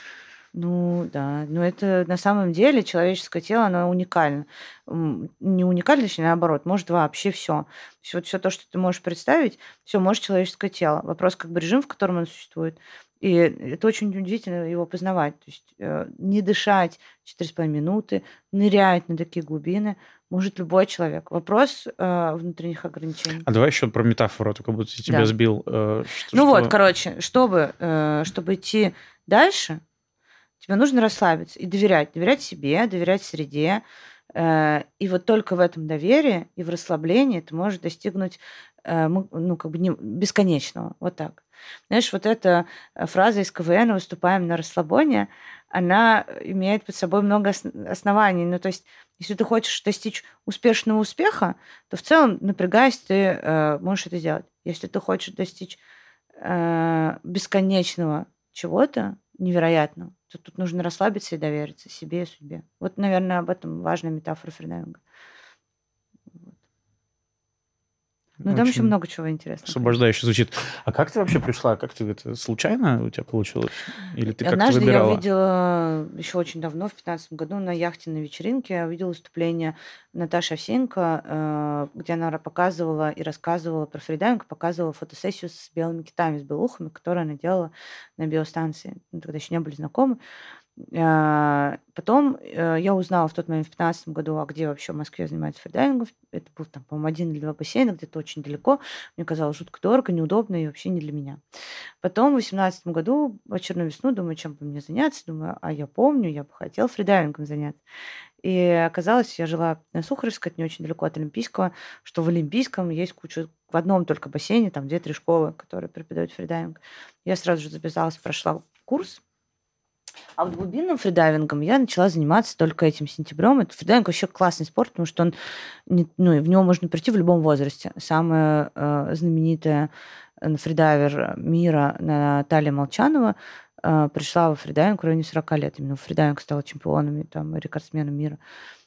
[SPEAKER 1] Да. Но это на самом деле человеческое тело, оно уникально. Не уникально, точнее, наоборот, может вообще все. Все то, что ты можешь представить, все может человеческое тело. Вопрос, как бы режим, в котором оно существует. И это очень удивительно его познавать. То есть не дышать 4,5 минуты, нырять на такие глубины может любой человек. Вопрос внутренних ограничений.
[SPEAKER 2] А давай еще про метафору, как будто я тебя сбил.
[SPEAKER 1] Короче, чтобы идти дальше, тебе нужно расслабиться и доверять. Доверять себе, доверять среде. И вот только в этом доверии и в расслаблении ты можешь достигнуть как бы бесконечного. Вот так. Знаешь, вот эта фраза из КВН «Выступаем на расслабоне», она имеет под собой много оснований. Ну, то есть, если ты хочешь достичь успешного успеха, то в целом, напрягаясь, ты можешь это сделать. Если ты хочешь достичь бесконечного чего-то невероятного, то тут нужно расслабиться и довериться себе и судьбе. Вот, наверное, об этом важная метафора фридайвинга. Ну, там еще много чего интересного.
[SPEAKER 2] Освобождающе звучит. А как ты вообще пришла? Как ты это случайно у тебя получилось? Или ты как-то
[SPEAKER 1] Однажды
[SPEAKER 2] выбирала?
[SPEAKER 1] я увидела еще очень давно, в 2015 году, на яхтенной вечеринке, я увидела выступление Наташи Овсеенко, где она показывала и рассказывала про фридайвинг, показывала фотосессию с белыми китами, с белухами, которые она делала на биостанции. Мы тогда еще не были знакомы. Потом я узнала в тот момент, в 2015 году, а где вообще в Москве занимаются фридайвингом. Это был, там, по-моему, 1 или 2 бассейна, где-то очень далеко. Мне казалось жутко дорого, неудобно и вообще не для меня. Потом в 2018 году, в очередную весну, думаю, чем бы мне заняться. Думаю, а я помню, я бы хотела фридайвингом заняться. И оказалось, я жила на Сухаревской, это не очень далеко от Олимпийского, что в Олимпийском есть куча, в одном только бассейне, там 2-3 школы, которые преподают фридайвинг. Я сразу же записалась, прошла курс. А вот глубинным фридайвингом я начала заниматься только этим сентябрем. Это фридайвинг вообще классный спорт, потому что он, в него можно прийти в любом возрасте. Самая знаменитая фридайвер мира Наталья Молчанова пришла во фридайвинг в районе 40 лет. Именно фридайвинг стал чемпионами, там, рекордсменом мира.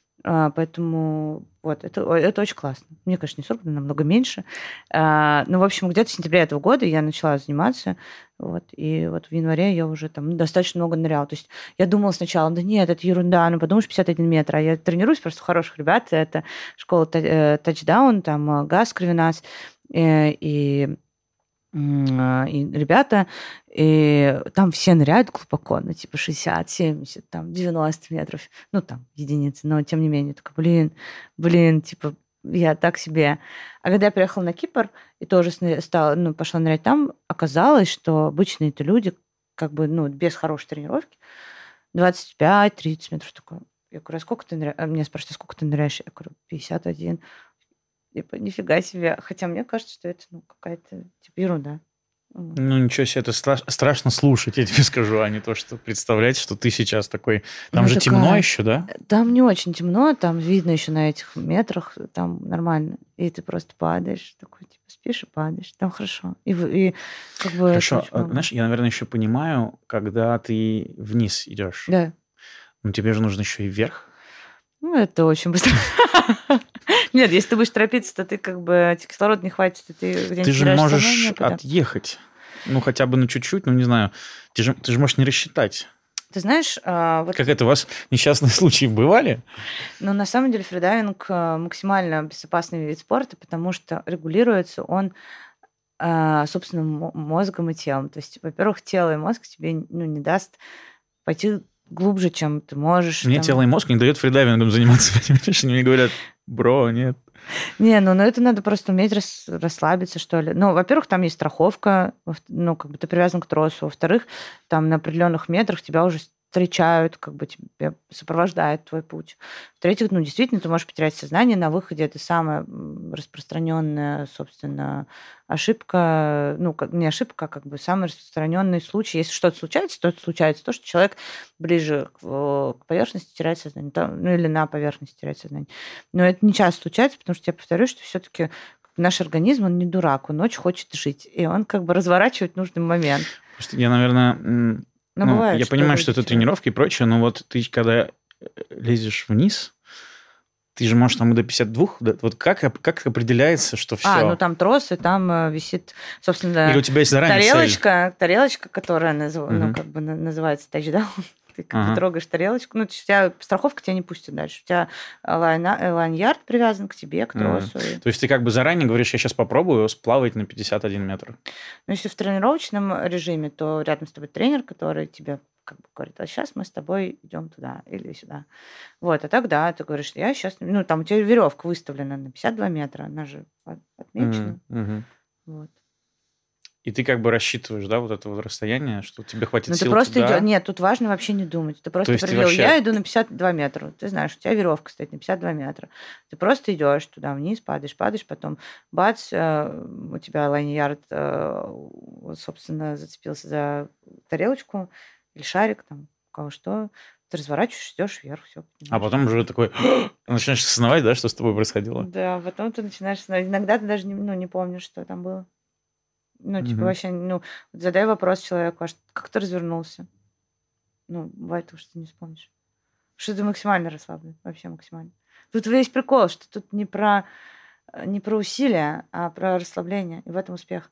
[SPEAKER 1] Поэтому вот, это очень классно. Мне, конечно, не 40, намного меньше. В общем, где-то в сентябре этого года я начала заниматься. Вот, и вот в январе я уже там достаточно много ныряла. То есть я думала сначала, да нет, это ерунда, подумаешь, 51 метр. А я тренируюсь просто у хороших ребят. Это школа Touchdown, там Газ Кривенас и ребята, и там все ныряют глубоко, 60, 70, там 90 метров, там единицы, но тем не менее, такая, блин, я так себе. А когда я приехала на Кипр и тоже пошла нырять там, оказалось, что обычные-то люди, без хорошей тренировки, 25-30 метров такое. Я говорю, а сколько ты ныряешь? Меня спрашивают, сколько ты ныряешь? Я говорю, 51. Нифига себе. Хотя мне кажется, что это какая-то ерунда.
[SPEAKER 2] Ничего себе, это страшно слушать, я тебе скажу, а не то, что представлять, что ты сейчас такой... Там же темно еще, да?
[SPEAKER 1] Там не очень темно, там видно еще на этих метрах, там нормально. И ты просто падаешь, такой, спишь и падаешь. Там хорошо.
[SPEAKER 2] Хорошо. Знаешь, я, наверное, еще понимаю, когда ты вниз идешь.
[SPEAKER 1] Да.
[SPEAKER 2] Но тебе же нужно еще и вверх.
[SPEAKER 1] Это очень быстро. Нет, если ты будешь торопиться, то ты кислорода не хватит, и ты где-нибудь...
[SPEAKER 2] Ты же можешь отъехать. Хотя бы чуть-чуть, не знаю. Ты же можешь не рассчитать.
[SPEAKER 1] Ты знаешь...
[SPEAKER 2] Как это у вас несчастные случаи бывали?
[SPEAKER 1] На самом деле фридайвинг максимально безопасный вид спорта, потому что регулируется он собственным мозгом и телом. То есть, во-первых, тело и мозг тебе не даст пойти глубже, чем ты можешь.
[SPEAKER 2] Мне тело и мозг не дает фридайвингом заниматься, понимаешь? Они мне говорят, бро, нет.
[SPEAKER 1] Не, это надо просто уметь расслабиться, что ли. Во-первых, там есть страховка, ты привязан к тросу. Во-вторых, там на определенных метрах тебя уже встречают, тебя сопровождает твой путь. В-третьих, действительно, ты можешь потерять сознание на выходе. Это самая распространенная, собственно, ошибка. Не ошибка, а самый распространенный случай. Если что-то случается, то это случается. То, что человек ближе к поверхности теряет сознание. Или на поверхности теряет сознание. Но это не часто случается, потому что я повторюсь, что все-таки наш организм, он не дурак, он очень хочет жить. И он разворачивает нужный момент.
[SPEAKER 2] Просто я, наверное...
[SPEAKER 1] бывает,
[SPEAKER 2] я понимаю, что это тренировки и прочее, но вот ты, когда лезешь вниз, ты же можешь там и до 52. Вот как определяется, что все?
[SPEAKER 1] Там трос, и там висит, собственно,
[SPEAKER 2] или у тебя есть заранее
[SPEAKER 1] тарелочка, которая называется тачдаун. Ты трогаешь тарелочку, у тебя страховка тебя не пустит дальше. У тебя лайн-ярд привязан к тебе, к тросу.
[SPEAKER 2] То есть ты заранее говоришь, я сейчас попробую сплавать на 51 метр.
[SPEAKER 1] Если в тренировочном режиме, то рядом с тобой тренер, который тебе говорит, а сейчас мы с тобой идем туда или сюда. Вот, а тогда ты говоришь, я сейчас... там у тебя веревка выставлена на 52 метра, она же отмечена. Вот.
[SPEAKER 2] И ты рассчитываешь, да, вот это вот расстояние, что тебе хватит сил
[SPEAKER 1] ты просто
[SPEAKER 2] туда.
[SPEAKER 1] идешь... Нет, тут важно вообще не думать. Ты просто определил, вообще... я иду на 52 метра. Ты знаешь, у тебя веревка стоит на 52 метра. Ты просто идешь туда вниз, падаешь, потом бац, у тебя лайн-ярд, собственно, зацепился за тарелочку или шарик, там, кого что. Ты разворачиваешь, идешь вверх, все.
[SPEAKER 2] А потом уже такой начинаешь осознавать, да, что с тобой происходило.
[SPEAKER 1] Да, потом ты начинаешь осознавать. Иногда ты даже не помнишь, что там было. Вообще, задай вопрос человеку, как ты развернулся? Бывает, что ты не вспомнишь. Что ты максимально расслаблен, вообще максимально. Тут весь прикол, что тут не про усилия, а про расслабление. И в этом успех.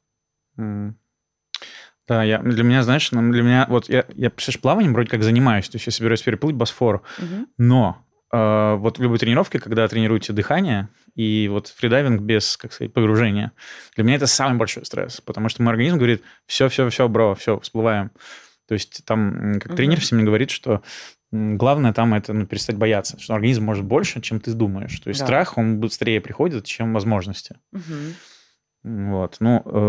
[SPEAKER 2] Да, для меня, знаешь, вот я представляешь, плаванием вроде как занимаюсь, то есть я собираюсь переплыть Босфор, но вот в любой тренировке, когда тренируете дыхание и вот фридайвинг без, как сказать, погружения, для меня это самый большой стресс, потому что мой организм говорит, все, бро, все, всплываем. То есть там, как тренер всем мне говорит, что главное там это перестать бояться, что организм может больше, чем ты думаешь. То есть страх, он быстрее приходит, чем возможности. Вот,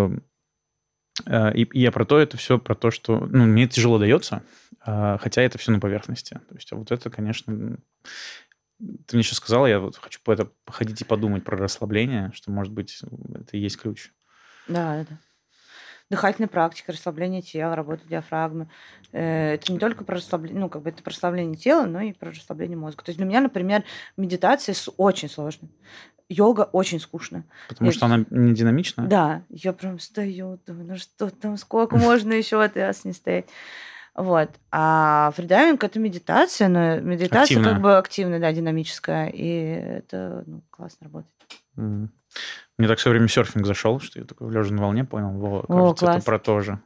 [SPEAKER 2] и я про то, это все про то, что мне это тяжело дается, хотя это все на поверхности. То есть, вот это, конечно... Ты мне сейчас сказала, я вот хочу походить и подумать про расслабление, что, может быть, это и есть ключ.
[SPEAKER 1] Да. Дыхательная практика, расслабление тела, работа диафрагмы. Это не только про расслабление, это про расслабление тела, но и про расслабление мозга. То есть для меня, например, медитация очень сложная. Йога очень скучная.
[SPEAKER 2] Потому что она не динамичная?
[SPEAKER 1] Да, я прям стою, думаю, что там, сколько можно еще от вас не стоять. Вот. А фридайвинг — это медитация, но медитация
[SPEAKER 2] активная.
[SPEAKER 1] Как бы активная, да, динамическая, и это классно работает.
[SPEAKER 2] Мне так все время серфинг зашел, что я такой лежа на волне понял, кажется,
[SPEAKER 1] класс.
[SPEAKER 2] это про то же.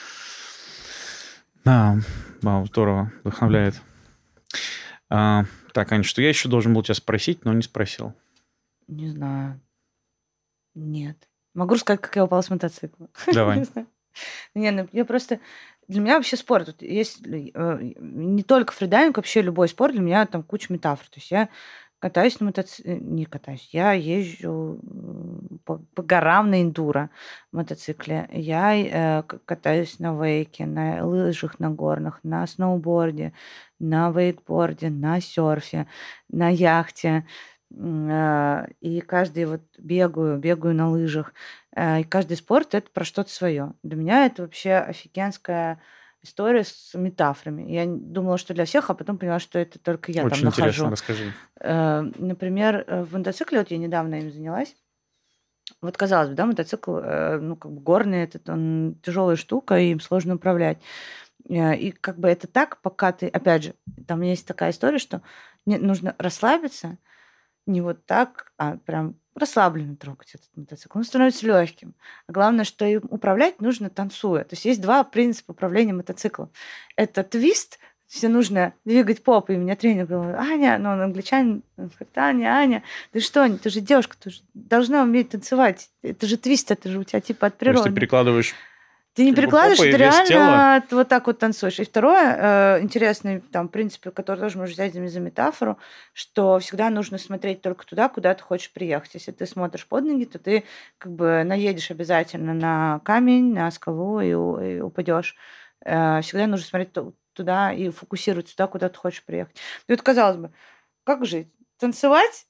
[SPEAKER 2] Да, здорово, вдохновляет. Так, Аня, что я еще должен был тебя спросить, но не спросил?
[SPEAKER 1] Не знаю. Нет. Могу рассказать, как я упала с мотоцикла.
[SPEAKER 2] Давай.
[SPEAKER 1] Я просто... Для меня вообще спорт. Тут есть не только фридайвинг, вообще любой спорт, для меня там куча метафор. То есть я катаюсь на мотоцикле... Не катаюсь. Я езжу по горам на эндуро мотоцикле. Я катаюсь на вейке, на лыжах на горных, на сноуборде, на вейкборде, на серфе, на яхте. И каждый бегаю на лыжах. И каждый спорт — это про что-то свое. Для меня это вообще офигенская история с метафорами. Я думала, что для всех, а потом поняла, что это только я
[SPEAKER 2] очень
[SPEAKER 1] там нахожу.
[SPEAKER 2] Очень интересно, расскажи.
[SPEAKER 1] Например, в мотоцикле, вот я недавно им занялась. Вот казалось бы, да, мотоцикл, горный, он тяжелая штука, и им сложно управлять. И как бы это так, пока ты, опять же, там есть такая история, что нужно расслабиться, не вот так, а прям расслабленно трогать этот мотоцикл. Он становится легким. А главное, что им управлять нужно танцуя. То есть есть два принципа управления мотоциклом. Это твист, все нужно двигать попой. И меня тренер говорил: Аня, он англичанин, он говорит: Аня, ты что, ты же девушка, ты же должна уметь танцевать. Это же твист, это же у тебя типа от природы.
[SPEAKER 2] То есть ты перекладываешь...
[SPEAKER 1] Ты не перекладываешь, ты реально вот так вот танцуешь. И второе, интересный там принцип, который тоже можно взять за метафору, что всегда нужно смотреть только туда, куда ты хочешь приехать. Если ты смотришь под ноги, то ты как бы наедешь обязательно на камень, на скалу и упадешь. Всегда нужно смотреть туда и фокусироваться туда, куда ты хочешь приехать. И вот, казалось бы, как жить? Танцевать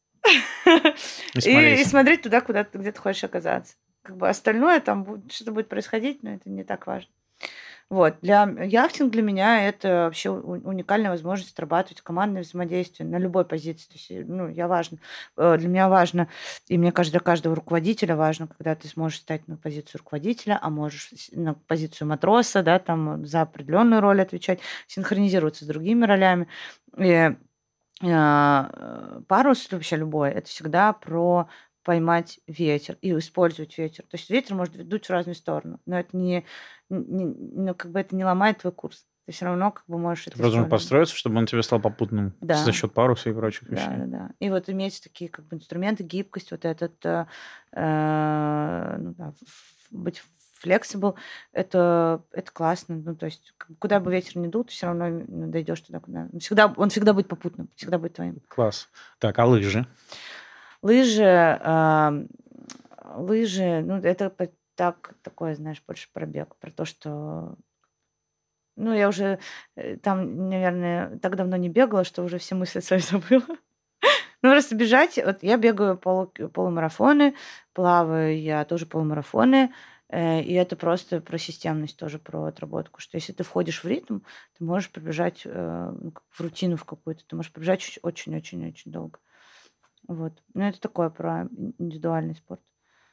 [SPEAKER 1] и смотреть туда, где ты хочешь оказаться. Как бы остальное там что-то будет происходить, но это не так важно. Вот. Яхтинг для меня это вообще уникальная возможность отрабатывать командное взаимодействие на любой позиции. То есть, для меня важно, и мне кажется, для каждого руководителя важно, когда ты сможешь стать на позицию руководителя, а можешь на позицию матроса, да, там за определенную роль отвечать, синхронизироваться с другими ролями. И парус вообще любой, это всегда про поймать ветер и использовать ветер. То есть ветер может дуть в разные стороны, но это это не ломает твой курс. Ты все равно как бы можешь...
[SPEAKER 2] Ты просто должен построиться, чтобы он тебе стал попутным за счет паруса и прочих вещей.
[SPEAKER 1] Да. И вот иметь такие как бы инструменты, гибкость, вот этот быть flexible, это классно. То есть куда бы ветер ни дул, ты все равно дойдешь туда, куда... Он всегда будет попутным, всегда будет твоим.
[SPEAKER 2] Класс. Так, а лыжи?
[SPEAKER 1] Лыжи, это такое, знаешь, больше пробег, про то, что... я уже там, наверное, так давно не бегала, что уже все мысли свои забыла. Просто бежать... Вот я бегаю полумарафоны, плаваю я тоже полумарафоны. И это просто про системность, тоже про отработку. Что если ты входишь в ритм, ты можешь пробежать в рутину в какую-то, ты можешь пробежать очень-очень-очень долго. Вот. Ну, это такое про индивидуальный спорт.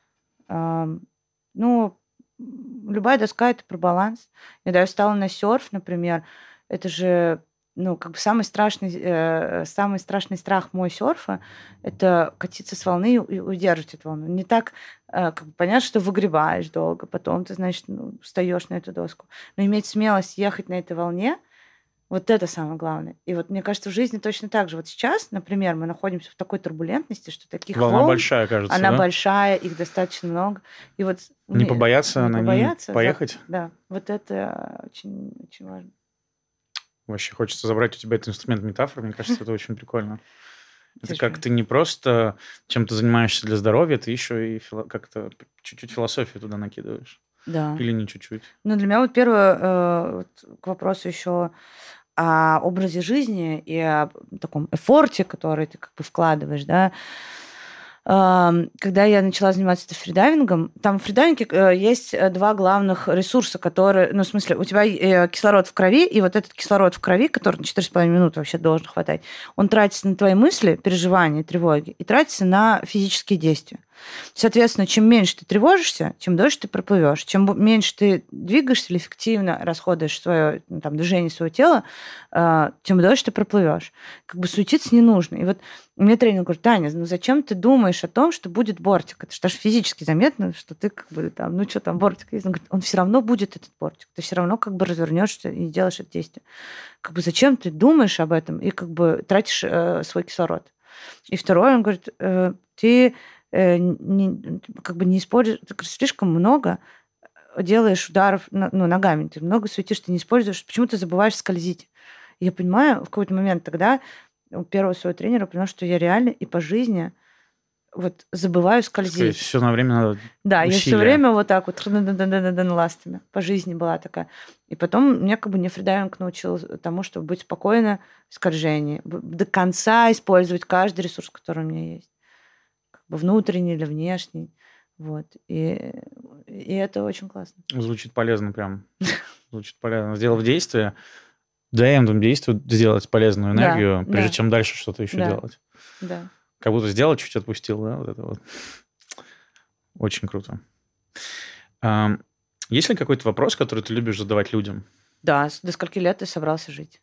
[SPEAKER 1] Ну, любая доска – это про баланс. Когда я встала на серф, например, это же, ну, как бы самый страшный страх мой серфа – это катиться с волны и удерживать эту волну. Не так, как бы понятно, что выгребаешь долго, потом ты, значит, встаешь на эту доску. Но иметь смелость ехать на этой волне – вот это самое главное. И вот мне кажется, в жизни точно так же. Вот сейчас, например, мы находимся в такой турбулентности, что таких
[SPEAKER 2] волна
[SPEAKER 1] волн,
[SPEAKER 2] большая, кажется,
[SPEAKER 1] она
[SPEAKER 2] да?
[SPEAKER 1] большая, их достаточно много. И вот
[SPEAKER 2] не побояться на ней поехать?
[SPEAKER 1] Да, вот это очень, очень важно.
[SPEAKER 2] Вообще хочется забрать у тебя этот инструмент метафор. Мне кажется, это очень прикольно. Это как ты не просто чем-то занимаешься для здоровья, ты еще и как-то чуть-чуть философию туда накидываешь.
[SPEAKER 1] Да.
[SPEAKER 2] Или не чуть-чуть.
[SPEAKER 1] Ну, для меня вот первое, к вопросу еще о образе жизни и о таком эфорте, который ты как бы вкладываешь, да. Когда я начала заниматься фридайвингом, там в фридайвинге есть два главных ресурса, которые... Ну, в смысле, у тебя кислород в крови, и вот этот кислород в крови, который на 4,5 минуты вообще должен хватать, он тратится на твои мысли, переживания, тревоги, и тратится на физические действия. Соответственно, чем меньше ты тревожишься, чем дольше ты проплывешь. Чем меньше ты двигаешься или эффективно расходуешь свое движение своего тела, тем дольше ты проплывешь. Как бы суетиться не нужно. И вот мне тренер говорит: Таня, ну зачем ты думаешь о том, что будет бортик? Это же даже физически заметно, что ты как бы там, ну что там, бортик есть. Он говорит: он все равно будет, этот бортик. Ты все равно как бы развернешься и делаешь это действие. Как бы зачем ты думаешь об этом и как бы тратишь свой кислород? И второе, он говорит: ты как бы не используешь, ты слишком много делаешь ударов ногами, ты много суетишь, ты не используешь, почему ты забываешь скользить? И я понимаю, в какой-то момент тогда у первого своего тренера поняла, что я реально и по жизни вот забываю скользить.
[SPEAKER 2] Все на время надо
[SPEAKER 1] Да,
[SPEAKER 2] усилия.
[SPEAKER 1] Я все время вот так вот ластами по жизни была такая. И потом меня как бы не фридайвинг научил тому, чтобы быть спокойно в скольжении, до конца использовать каждый ресурс, который у меня есть. Внутренний или внешний. Вот. И это очень классно.
[SPEAKER 2] Звучит полезно прям. Звучит полезно. Сделав действие, даем этому действию сделать полезную энергию, прежде чем дальше что-то еще делать.
[SPEAKER 1] Да.
[SPEAKER 2] Как будто сделал, чуть отпустил, да? Вот это вот. Очень круто. Есть ли какой-то вопрос, который ты любишь задавать людям?
[SPEAKER 1] Да. До скольки лет ты собрался жить?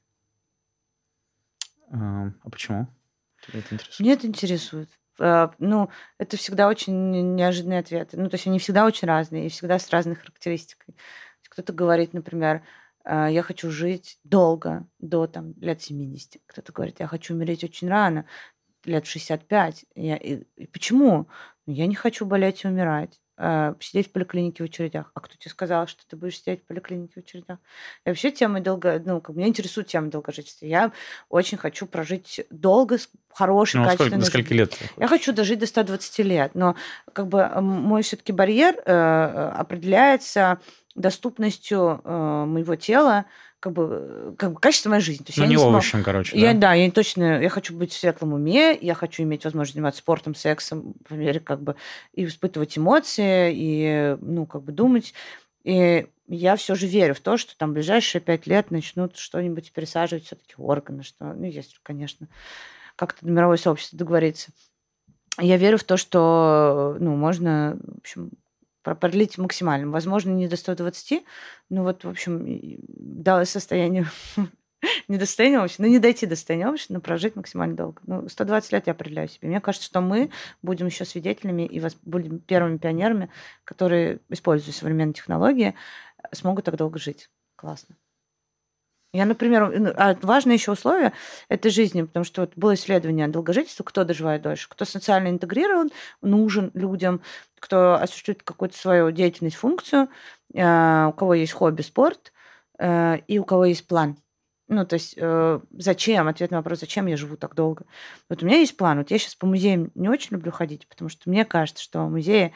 [SPEAKER 2] А почему? Тебя это интересует?
[SPEAKER 1] Меня это интересует. Ну, это всегда очень неожиданные ответы. Ну, то есть они всегда очень разные и всегда с разной характеристикой. Кто-то говорит, например, я хочу жить долго, до лет 70. Кто-то говорит, я хочу умереть очень рано, лет 65. И почему? Я не хочу болеть и умирать. Сидеть в поликлинике в очередях. А кто тебе сказал, что ты будешь сидеть в поликлинике в очередях? И вообще меня интересует тема долгожительства. Я очень хочу прожить долго, с хорошей, качественной
[SPEAKER 2] жизнью. Сколько лет?
[SPEAKER 1] Я хочу дожить до 120 лет. Но как бы мой все-таки барьер определяется доступностью моего тела, как бы качество моей жизни. То есть
[SPEAKER 2] я не овощем, короче.
[SPEAKER 1] Я хочу быть в светлом уме, я хочу иметь возможность заниматься спортом, сексом, по мере, как бы, и испытывать эмоции, и, как бы думать. И я все же верю в то, что там в ближайшие 5 лет начнут что-нибудь пересаживать все-таки органы, что, если, конечно, как-то мировое сообщество договорится. Я верю в то, что, можно, в общем, продлить максимально. Возможно, не до 120, в общем, до состояния, не до состояния овоща, не дойти до состояния овоща, но прожить максимально долго. 120 лет я определяю себе. Мне кажется, что мы будем еще свидетелями и будем первыми пионерами, которые, используя современные технологии, смогут так долго жить. Классно. Я, например, важное еще условие этой жизни, потому что было исследование долгожительства, кто доживает дольше, кто социально интегрирован, нужен людям, кто осуществляет какую-то свою деятельность, функцию, у кого есть хобби, спорт, и у кого есть план. То есть зачем? Ответ на вопрос, зачем я живу так долго? Вот у меня есть план. Вот я сейчас по музеям не очень люблю ходить, потому что мне кажется, что музеи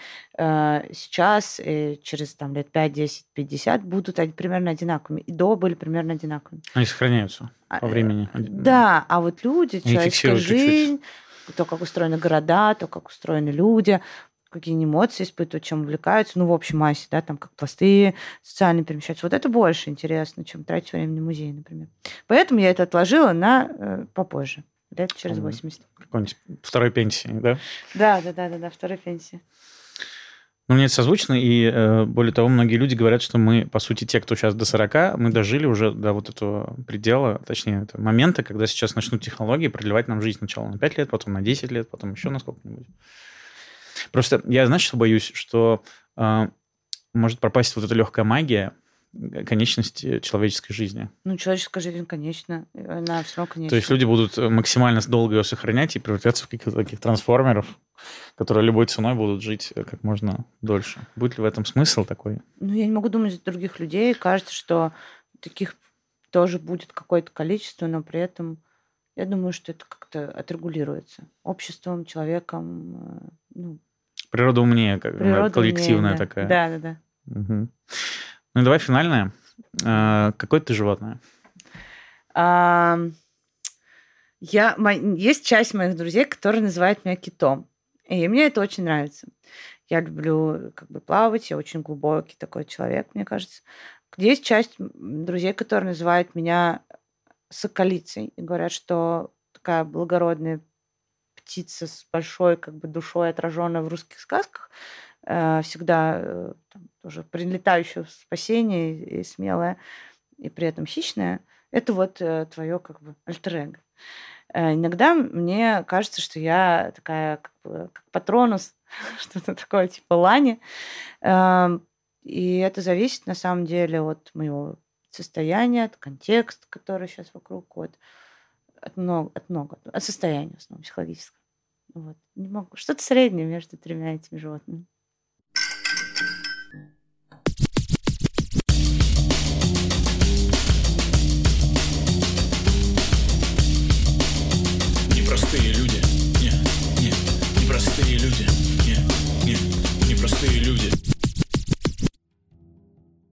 [SPEAKER 1] сейчас, через лет 5, 10, 50 будут примерно одинаковыми. И до были примерно одинаковыми.
[SPEAKER 2] Они сохраняются по времени.
[SPEAKER 1] Да, а вот люди, человеческая жизнь, то, как устроены города, то, как устроены люди, какие эмоции испытывают, чем увлекаются. Ну, в общем массе, да, там как пласты социально перемещаются. Вот это больше интересно, чем тратить время на музей, например. Поэтому я это отложила на попозже, лет через 80.
[SPEAKER 2] Какой-нибудь второй пенсии, да?
[SPEAKER 1] Да, второй пенсии.
[SPEAKER 2] Ну, мне это созвучно, и более того, многие люди говорят, что мы, по сути, те, кто сейчас до 40, мы дожили уже до вот этого предела, точнее, этого момента, когда сейчас начнут технологии продлевать нам жизнь сначала на 5 лет, потом на 10 лет, потом еще на сколько-нибудь. Просто я, знаешь, что боюсь? Что может пропасть вот эта легкая магия конечности человеческой жизни.
[SPEAKER 1] Ну, человеческая жизнь, конечно. Она все равно конечна.
[SPEAKER 2] То есть люди будут максимально долго ее сохранять и превращаться в каких-то таких трансформеров, которые любой ценой будут жить как можно дольше. Будет ли в этом смысл такой?
[SPEAKER 1] Ну, я не могу думать за других людей. Кажется, что таких тоже будет какое-то количество, но при этом я думаю, что это как-то отрегулируется обществом, человеком.
[SPEAKER 2] Природа умнее, коллективная
[SPEAKER 1] умнее, да.
[SPEAKER 2] такая.
[SPEAKER 1] Да.
[SPEAKER 2] Угу. Ну, давай финальное. Какое ты животное?
[SPEAKER 1] Есть часть моих друзей, которые называют меня китом. И мне это очень нравится. Я люблю плавать, я очень глубокий такой человек, мне кажется. Есть часть друзей, которые называют меня соколицей и говорят, что такая благородная птица с большой душой, отраженная в русских сказках, всегда тоже прилетающая в спасение и смелая, и при этом хищная. Это вот твое альтер-эго. Иногда мне кажется, что я такая как Патронус, что-то такое типа Лани. И это зависит на самом деле от моего состояния, от контекста, который сейчас вокруг, от состояния в основном психологического. Вот. Не могу. Что-то среднее между тремя этими животными.